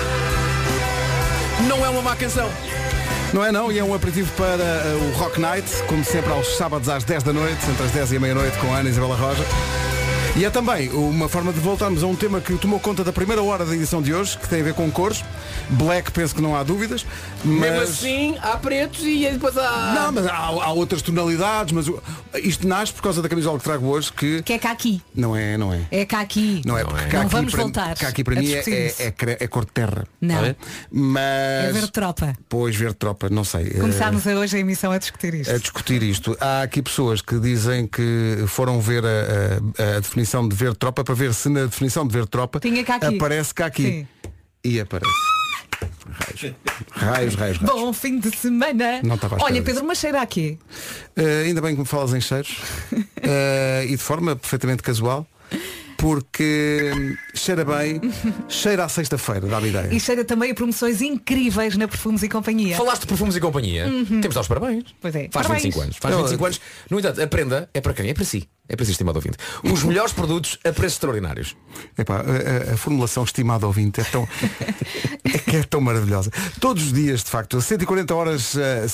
Não é uma má canção. Não é não, e é um aperitivo para o Rock Night, como sempre aos sábados às 10 da noite, entre as 10 e a meia-noite, com a Ana Isabela Roja. E é também uma forma de voltarmos a um tema que tomou conta da primeira hora da edição de hoje, que tem a ver com cores. Black, penso que não há dúvidas. Mas... Mesmo assim, há pretos e depois há... Não, mas há outras tonalidades, mas isto nasce por causa da camisola que trago hoje, que é caqui. Não é. É caqui. Não é, porque Não caqui vamos voltar. Caqui para mim é cor de terra. Não. É? Mas... É verde tropa. Pois, verde tropa, não sei. Começámos hoje a emissão a discutir isto. Há aqui pessoas que dizem que foram ver a definição de verde tropa para ver se na definição de verde tropa aparece caqui. Sim. E aparece. Raios. Bom fim de semana. Não estava à espera Olha, Pedro, mas cheira a quê? Ainda bem que me falas em cheiros. E de forma perfeitamente casual. Porque cheira bem, cheira à sexta-feira, dá-me ideia. E cheira também a promoções incríveis na Perfumes e Companhia. Falaste de Perfumes e Companhia? Temos de dar os parabéns. Pois é. Faz parabéns. 25 anos. Faz 25 anos. No entanto, a prenda é para quem? É para si. É para si, estimado ouvinte. Os melhores produtos a preços extraordinários. Epá, a formulação estimado ouvinte é tão maravilhosa. Todos os dias, de facto, 140 horas,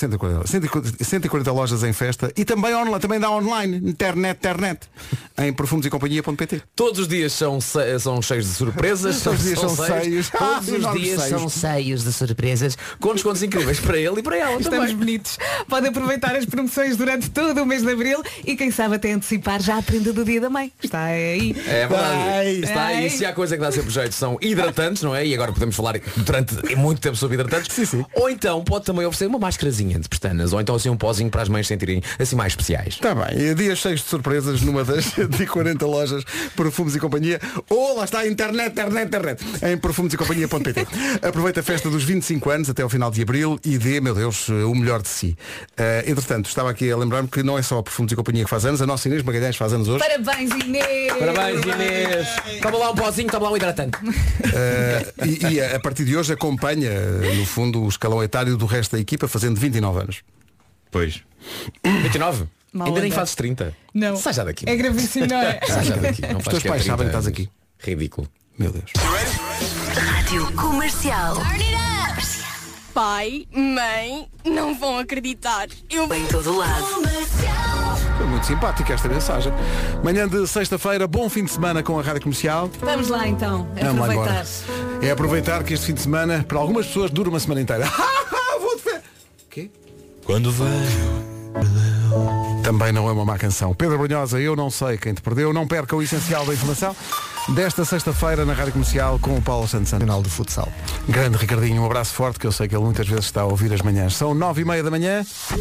140 lojas em festa e também dá online, internet, em perfumesecompanhia.pt. Todos os dias são cheios de surpresas. Todos os dias são cheios. Todos os dias são cheios de surpresas, com descontos incríveis para ele e para ela. Estamos bonitos. Pode aproveitar as promoções durante todo o mês de Abril e quem sabe até antecipar já a prenda do Dia da Mãe. Está aí. É verdade. Está aí. Se há coisa que dá sempre jeito são hidratantes, não é? E agora podemos falar durante muito tempo sobre hidratantes. Sim. Ou então pode também oferecer uma máscarazinha de pestanas. Ou então assim um pozinho para as mães sentirem assim mais especiais. Está bem. Dias cheios de surpresas numa das de 40 lojas Perfumes e Companhia. Ou lá está a internet. Em perfumesecompanhia.pt. Aproveita a festa dos 25 anos até ao final de Abril e dê, meu Deus, o melhor de si. Entretanto, estava aqui a lembrar-me que não é só a Perfumes e Companhia que faz anos. A nossa Inês Magalhães faz anos hoje. Parabéns, Inês! Parabéns, Inês! Toma lá um pozinho, toma lá um hidratante. E a partir de hoje acompanha, no fundo, o escalão etário do resto da equipa, fazendo 29 anos. Pois. 29? Mal Ainda nem anda. fazes 30. Não. Sai já daqui. É gravíssimo, não é? Sai já daqui. Não Os teus pais sabem que estás aqui. Ridículo. Meu Deus. Rádio Comercial. Pai, mãe, não vão acreditar. Eu Em todo lado. Foi muito simpática esta mensagem. Manhã de sexta-feira, bom fim de semana com a Rádio Comercial. Vamos lá então, Vamos lá aproveitar. embora. É aproveitar que este fim de semana, para algumas pessoas, dura uma semana inteira. Vou de fé. Quê? Quando vejo. Também não é uma má canção. Pedro Brunhosa, eu não sei quem te perdeu. Não perca o essencial da informação desta sexta-feira na Rádio Comercial com o Paulo Santos Canal de Futsal. Grande Ricardinho, um abraço forte, que eu sei que ele muitas vezes está a ouvir as manhãs. São 9h30 da manhã.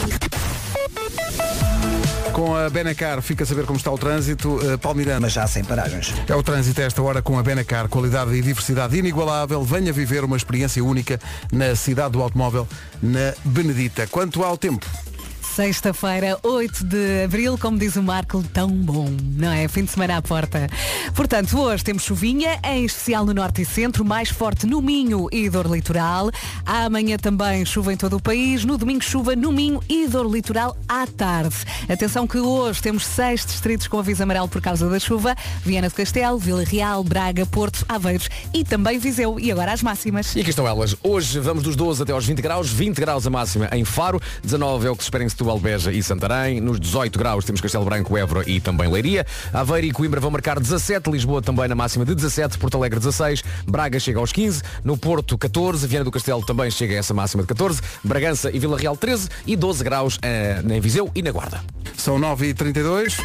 Com a Benacar fica a saber como está o trânsito. Paulo Miranda. Mas já sem paragens. É o trânsito a esta hora com a Benacar. Qualidade e diversidade inigualável. Venha viver uma experiência única na cidade do automóvel, na Benedita. Quanto ao tempo? Sexta-feira, 8 de abril, como diz o Marco, tão bom, não é? Fim de semana à porta. Portanto, hoje temos chuvinha, em especial no norte e centro, mais forte no Minho e dor litoral. Amanhã também chuva em todo o país. No domingo, chuva no Minho e dor litoral à tarde. Atenção que hoje temos 6 distritos com aviso amarelo por causa da chuva. Viana do Castelo, Vila Real, Braga, Porto, Aveiros e também Viseu. E agora as máximas. E aqui estão elas. Hoje vamos dos 12 até aos 20 graus. 20 graus a máxima em Faro. 19 é o que se espera em Setúbal, Beja e Santarém. Nos 18 graus temos Castelo Branco, Évora e também Leiria. Aveiro e Coimbra vão marcar 17. Lisboa também na máxima de 17. Porto Alegre 16. Braga chega aos 15. No Porto 14. Viana do Castelo também chega a essa máxima de 14. Bragança e Vila Real 13. E 12 graus em Viseu e na Guarda. São 9h32.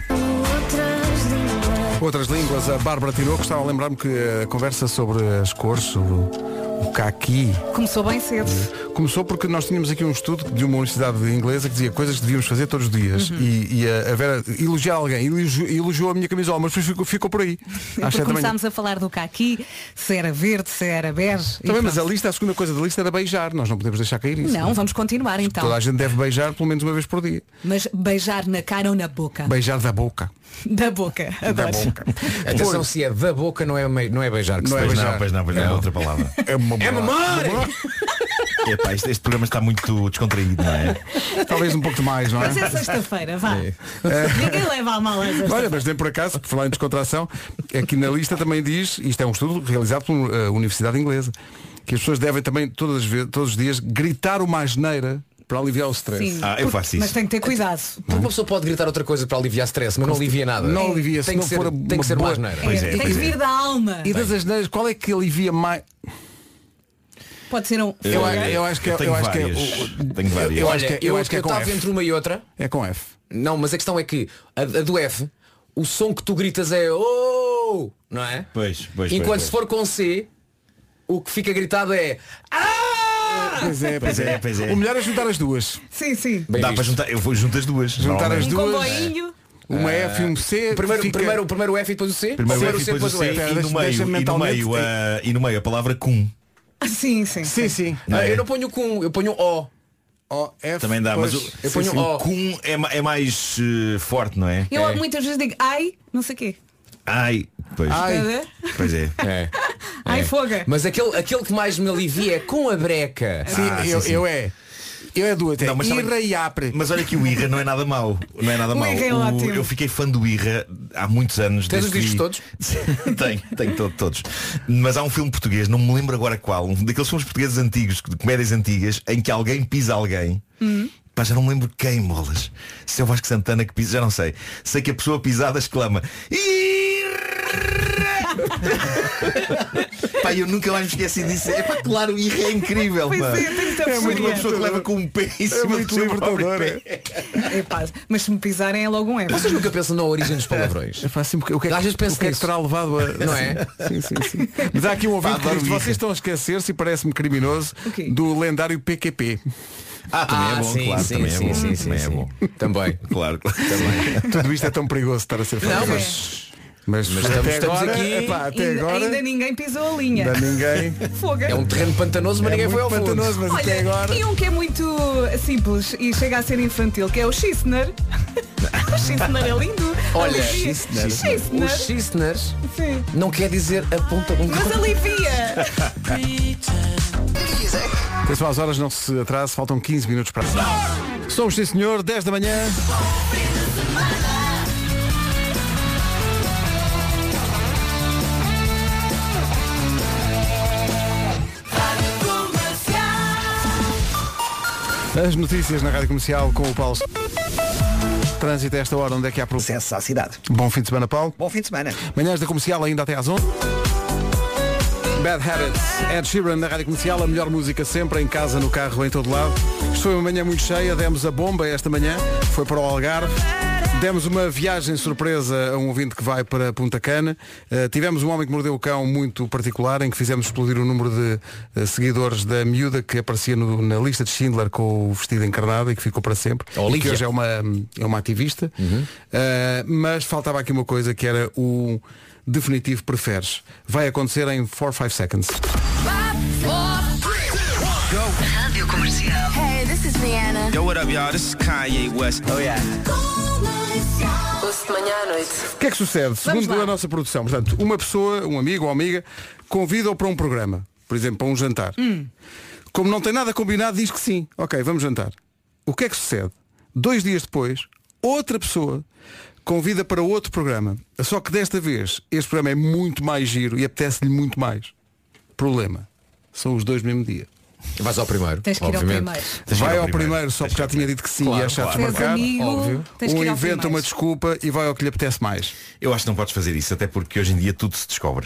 Outras línguas, a Bárbara Tinoco estava a lembrar-me que a conversa sobre as cores, sobre o caqui. Começou bem cedo. Começou porque nós tínhamos aqui um estudo de uma universidade inglesa que dizia coisas que devíamos fazer todos os dias. E a Vera elogiar alguém, elogiou a minha camisola, mas ficou por aí. Porque começámos a falar do caqui, se era verde, se era bege. Também, mas a segunda coisa da lista era beijar. Nós não podemos deixar cair isso. Não, vamos continuar então. Toda a gente deve beijar pelo menos uma vez por dia. Mas beijar na cara ou na boca? Beijar da boca. Da boca, adoro. Da boca. Atenção, se é da boca não é beijar. Que Não se é beijar. beijar. Pois não, é outra palavra. É mamar! Epá, este programa está muito descontraído, não é? Talvez um pouco mais, não é? Mas é sexta-feira, vá. Ninguém leva a mal essa. Olha, mas nem por acaso, por falar em descontração, aqui na lista também diz, isto é um estudo realizado pela Universidade Inglesa, que as pessoas devem também todos os dias gritar uma asneira para aliviar o stress. Sim, eu faço isso. Mas tem que ter cuidado. Porque uma pessoa pode gritar outra coisa para aliviar stress, mas não alivia nada. Não alivia, tem que ser, tem que ser uma asneira. Tem que vir da alma. E das asneiras, qual é que alivia mais? Pode ser um. Eu acho que é. Tenho várias. Eu acho que é com estava F. entre uma e outra. É com F. Não, mas a questão é que a do F, o som que tu gritas é oh, não é? Pois. Enquanto se for com C, o que fica gritado é Pois é. O melhor é juntar as duas. Sim. Dá para juntar, eu vou juntar as duas. Juntar as duas. Comboinho. Uma F e um C. Primeiro o F e depois o C. Primeiro o F e depois o C. E no meio a palavra cum. Sim. Eu não ponho cum, eu ponho O. F. Também dá, mas eu ponho O. O cum é mais forte, não é? Eu muitas vezes digo ai, não sei o quê. Ai, pois. Pois é. Ai, foga. Mas aquele que mais me alivia é com a breca. Sim. Eu é do até. Não, mas Irra e apre. Mas olha que o Irra não é nada mau. Não é nada mau. Irra é ótimo. Eu fiquei fã do Irra há muitos anos. Tens os discos todos? Tenho todos. Mas há um filme português, não me lembro agora qual, um daqueles filmes portugueses antigos, de comédias antigas, em que alguém pisa alguém. Pá, já não me lembro quem, molas. Se é o Vasco Santana que pisa, já não sei. Sei que a pessoa pisada exclama Pá, eu nunca mais me esqueci disso. É pá, claro, o Irra é incrível. Pois pá. é muito uma pessoa que leva com um pé em cima do seu próprio pé. Mas se me pisarem é logo um F. Vocês nunca pensam na origem dos palavrões? É fácil, porque o que é Às vezes penso que nisso. terá levado a. Não é? Sim. Mas há aqui um ouvinte que diz, vocês estão a esquecer-se e parece-me criminoso do lendário PQP. Também é bom, sim, claro. sim, Também sim, é bom. sim, Também é bom. Também. Claro. Tudo isto é tão perigoso estar a ser falado. Não, mas até estamos agora, aqui. até agora Ainda ninguém pisou a linha. ainda ninguém. Foga. É um terreno pantanoso, mas ninguém foi ao fundo. pantanoso, mas até Olha, agora. e um que é muito simples e chega a ser infantil, que é o Schissner. O Schissner é lindo. Olha, Alivia. os Schissners Sim. não quer dizer a ponta de um Mas alivia. Atenção às horas, não se atrase, faltam 15 minutos para. Somos, sim senhor, 10 da manhã. As notícias na Rádio Comercial com o Paulo. Trânsito a esta hora, onde é que há problema? Acesso à cidade. Bom fim de semana, Paulo. Bom fim de semana. Manhãs da Comercial ainda até às 11. Bad Habits, Ed Sheeran na Rádio Comercial, a melhor música sempre, em casa, no carro, em todo lado. Isto foi uma manhã muito cheia, demos a bomba esta manhã, foi para o Algarve. Demos uma viagem surpresa a um ouvinte que vai para Punta Cana. Tivemos um homem que mordeu o cão muito particular, em que fizemos explodir o número de seguidores da miúda que aparecia na lista de Schindler com o vestido encarnado e que ficou para sempre. E que hoje é uma ativista. Mas faltava aqui uma coisa que era o definitivo preferes. Vai acontecer em 4-5 seconds. Rádio Comercial. Hey, this is Rihanna. Yo, what up, y'all? This is Kanye West. Oh, yeah. Ouço de manhã à noite. O que é que sucede? Segundo a nossa produção, portanto, uma pessoa, um amigo ou amiga, convida-o para um programa, por exemplo, para um jantar. Como não tem nada combinado, diz que sim. Ok, vamos jantar. O que é que sucede? 2 dias depois, outra pessoa convida para outro programa. Só que desta vez, este programa é muito mais giro e apetece-lhe muito mais. Problema. São os 2 no mesmo dia. Vais ao primeiro. Tens que ir ao primeiro. Vai ao primeiro só porque já tinha dito que sim e é chato de marcar. Óbvio. Um inventa uma desculpa e vai ao que lhe apetece mais. Eu acho que não podes fazer isso, até porque hoje em dia tudo se descobre.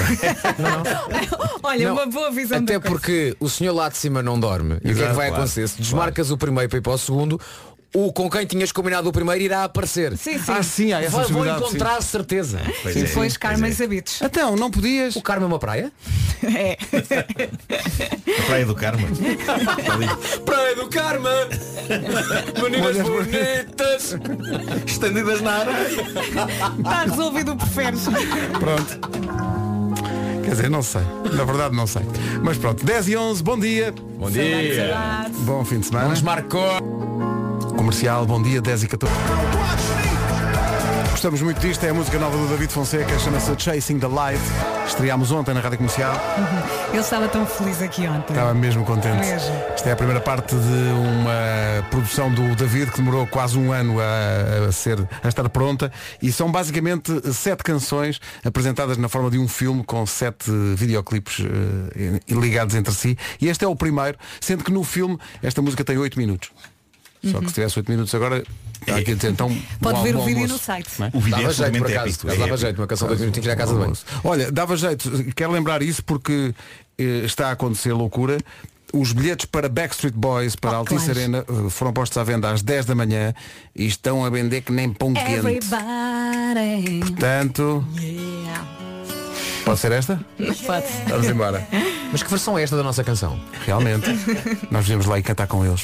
Olha, uma boa visão. Até porque o senhor lá de cima não dorme. E o que é que vai acontecer? Se desmarcas o primeiro para ir para o segundo, o com quem tinhas combinado o primeiro irá aparecer. Sim. Há essa Vou encontrar certeza. E depois Karma e Habitos. Então, não podias. O Karma é uma praia? É. A Praia do Karma. Praia do Karma. Meninas bonitas estendidas na areia. Está resolvido o preferes. Pronto. Quer dizer, não sei. Na verdade não sei. Mas pronto, 10h11, bom dia. Bom dia. Bom fim de semana. Nos marcou. Comercial, bom dia, 10h14. Gostamos muito disto, é a música nova do David Fonseca, chama-se Chasing the Light. Estreámos ontem na Rádio Comercial. Ele estava tão feliz aqui ontem. Estava mesmo contente. Mesmo. Esta é a primeira parte de uma produção do David que demorou quase um ano a estar pronta e são basicamente 7 canções apresentadas na forma de um filme com 7 videoclipes ligados entre si. E este é o primeiro, sendo que no filme esta música tem 8 minutos. Só que se tivesse 8 minutos agora, aqui a dizer, então pode ver o vídeo almoço, no site. É? O vídeo dava é jeito por absolutamente acaso. épico. Dava jeito, uma canção de 2 minutinhos na casa do banho. Olha, dava jeito, quero lembrar isso porque está a acontecer loucura. Os bilhetes para Backstreet Boys, para a Altice Arena, foram postos à venda às 10 da manhã e estão a vender que nem pão quente. Everybody. Portanto, pode ser esta? Pode. Vamos embora. Mas que versão é esta da nossa canção? Realmente. Nós viemos lá e cantar com eles.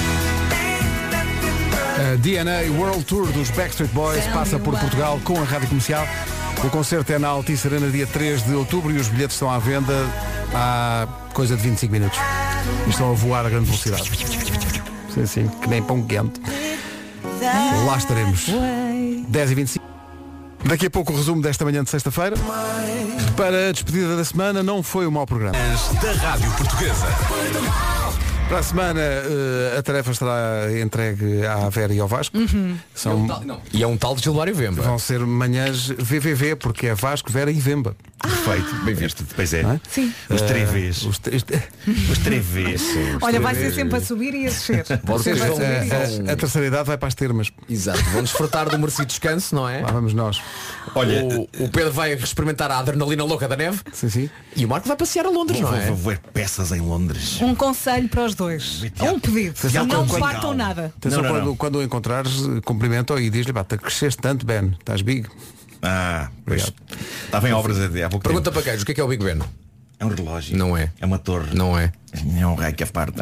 A DNA World Tour dos Backstreet Boys passa por Portugal com a Rádio Comercial. O concerto é na Altice Arena dia 3 de outubro e os bilhetes estão à venda há coisa de 25 minutos. E estão a voar a grande velocidade. Sim, que nem pão quente. Lá estaremos. 10h25. Daqui a pouco o resumo desta manhã de sexta-feira. Para a despedida da semana não foi um mau programa. Da Rádio Portuguesa. Para a semana a tarefa estará entregue à Vera e ao Vasco. São... E é um tal de Gilmário Vemba. Vão ser manhãs VVV, porque é Vasco, Vera e Vemba. Perfeito, bem visto. Pois é. É? Sim. Os trevês. Os trevês. Olha, vai ser sempre a subir e a descer. Vocês vão, A terceira idade vai para as termas. Exato, vão desfrutar do merecido descanso, não é? Lá vamos nós. Olha, o Pedro vai experimentar a adrenalina louca da neve. Sim. E o Marco vai passear a Londres, não é? Vou ver peças em Londres. Um conselho para os dois. Um pedido. Não partam nada. Atenção, quando o encontrares, cumprimenta e diz-lhe, cresceste tanto, Ben, estás big. Pois. Estava em obras há pouco Pergunta tempo. para quem, o que é o Big Ben? É um relógio. Não é. É uma torre. Não é. É um raio que aparta.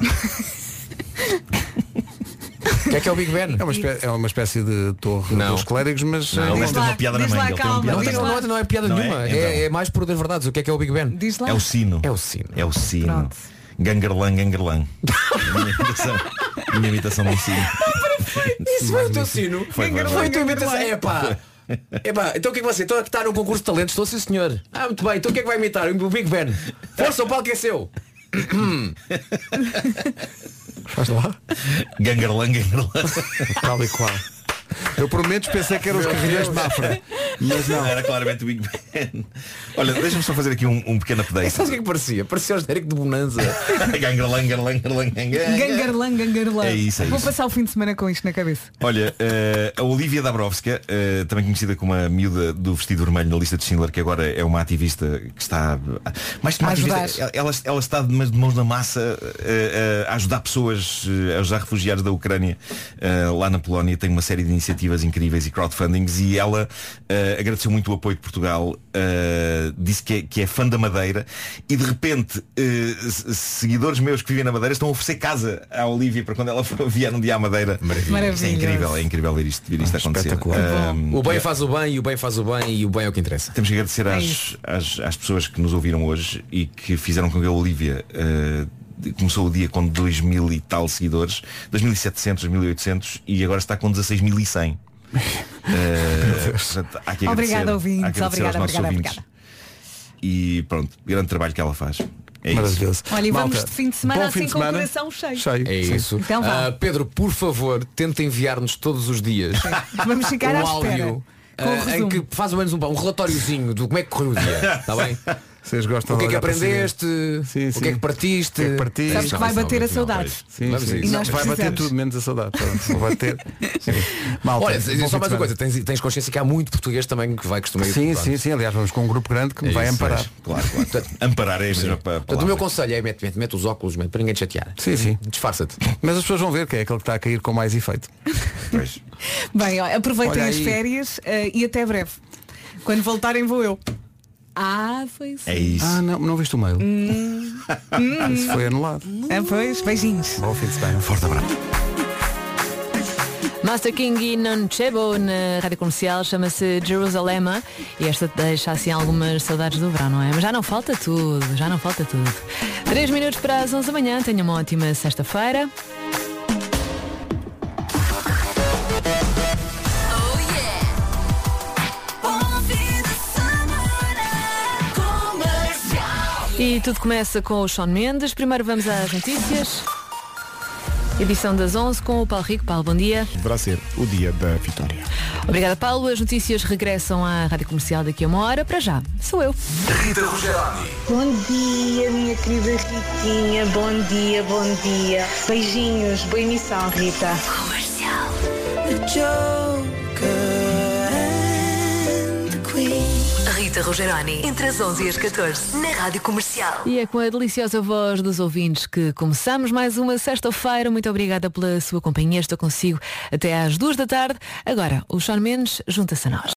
O que é o Big Ben? É uma espécie de torre dos clérigos, mas... Não, ele tem uma piada na manga. Não é piada nenhuma. É mais por das verdades. O que é o Big Ben? Diz lá. É o sino. É o sino. É o sino. Pronto. Gangarlan. Minha imitação do sino. Isso foi o teu sino? Foi a tua imitação. Epá, então o que é que você? Estou a estar num concurso de talentos, estou sim senhor. Muito bem, então o que é que vai imitar? O Big Ben. Força, o palco é seu. Faz lá. Gangarlan. Tal e qual. Eu por momentos pensei que eram os carrilhões de Mafra. Mas não, era claramente o Big Ben. Olha, deixa-me só fazer aqui um pequeno update. Sabes o que é que parecia? Parecia o genérico de Bonanza. Gangarlan. Gangarlan. É isso. Vou passar o fim de semana com isto na cabeça. Olha, a Olivia Dabrowska, também conhecida como a miúda do vestido vermelho na lista de Schindler, que agora é uma ativista que está... Mais que uma ativista, ela está de mãos na massa a ajudar pessoas, a ajudar refugiados da Ucrânia lá na Polónia. Tem uma série de iniciativas incríveis e crowdfundings e ela agradeceu muito o apoio de Portugal, disse que é fã da Madeira e de repente seguidores meus que vivem na Madeira estão a oferecer casa à Olivia para quando ela vier um dia à Madeira. Maravilha. É incrível ver isto acontecer. O bem faz o bem, e o bem faz o bem, e o bem é o que interessa. Temos que agradecer às pessoas que nos ouviram hoje e que fizeram com que a Olivia começou o dia com 2.000 e tal seguidores, 2.700, 2.800 e agora está com 16.100. Portanto, há que Obrigada, ouvintes. há que agradecer aos nossos ouvintes. E pronto, grande trabalho que ela faz. É maravilhoso. Olha, e vamos Malta, de fim de semana bom assim fim de com o semana. coração cheio. É isso. Então vá. Pedro, por favor, tenta enviar-nos todos os dias Vamos ficar à espera. áudio Com o em resumo. que faz ou menos um relatóriozinho do como é que correu o dia. Está bem? Vocês gostam O que é de que olhar para aprendeste? Sim, O que é que partiste? Sabes que vai bater a saudade. Sim, Vamos a sim. isso. E nós Vai bater precisamos. tudo menos a saudade. Pronto, vai ter. Sim. Malta, Olha, bom só fim de mais uma semana. coisa, tens consciência que há muito português também que vai costumar ir. Sim, sim, sim. Aliás, vamos com um grupo grande que me vai amparar. Claro. Amparar é a mesma palavra. Portanto, o meu conselho é mete os óculos, para ninguém te chatear. Sim, sim. Disfarça-te. Mas as pessoas vão ver que é aquele que está a cair com mais efeito. Pois. Bem, ó, aproveitem Olha as aí. férias e até breve. Quando voltarem vou eu. Foi isso. É isso. Não viste o mail? Isso foi anulado. Pois, beijinhos. Bom fim de semana. Forte abraço. Master King e Nonchebo na Rádio Comercial, chama-se Jerusalema e esta deixa assim algumas saudades do verão, não é? Mas já não falta tudo. 3 minutos para as 11 da manhã, tenha uma ótima sexta-feira. E tudo começa com o Shawn Mendes. Primeiro vamos às notícias. Edição das 11 com o Paulo Rico. Paulo, bom dia. Deverá ser o dia da vitória. Obrigada, Paulo. As notícias regressam à Rádio Comercial daqui a uma hora. Para já, sou eu. Rita Rogeroni. Bom dia, minha querida Ritinha. Bom dia. Beijinhos. Boa emissão, Rita. Rita Rogeroni, entre as 11 e as 14, na Rádio Comercial. E é com a deliciosa voz dos ouvintes que começamos mais uma sexta-feira. Muito obrigada pela sua companhia. Estou consigo até às 2 da tarde. Agora, o Shawn Mendes junta-se a nós.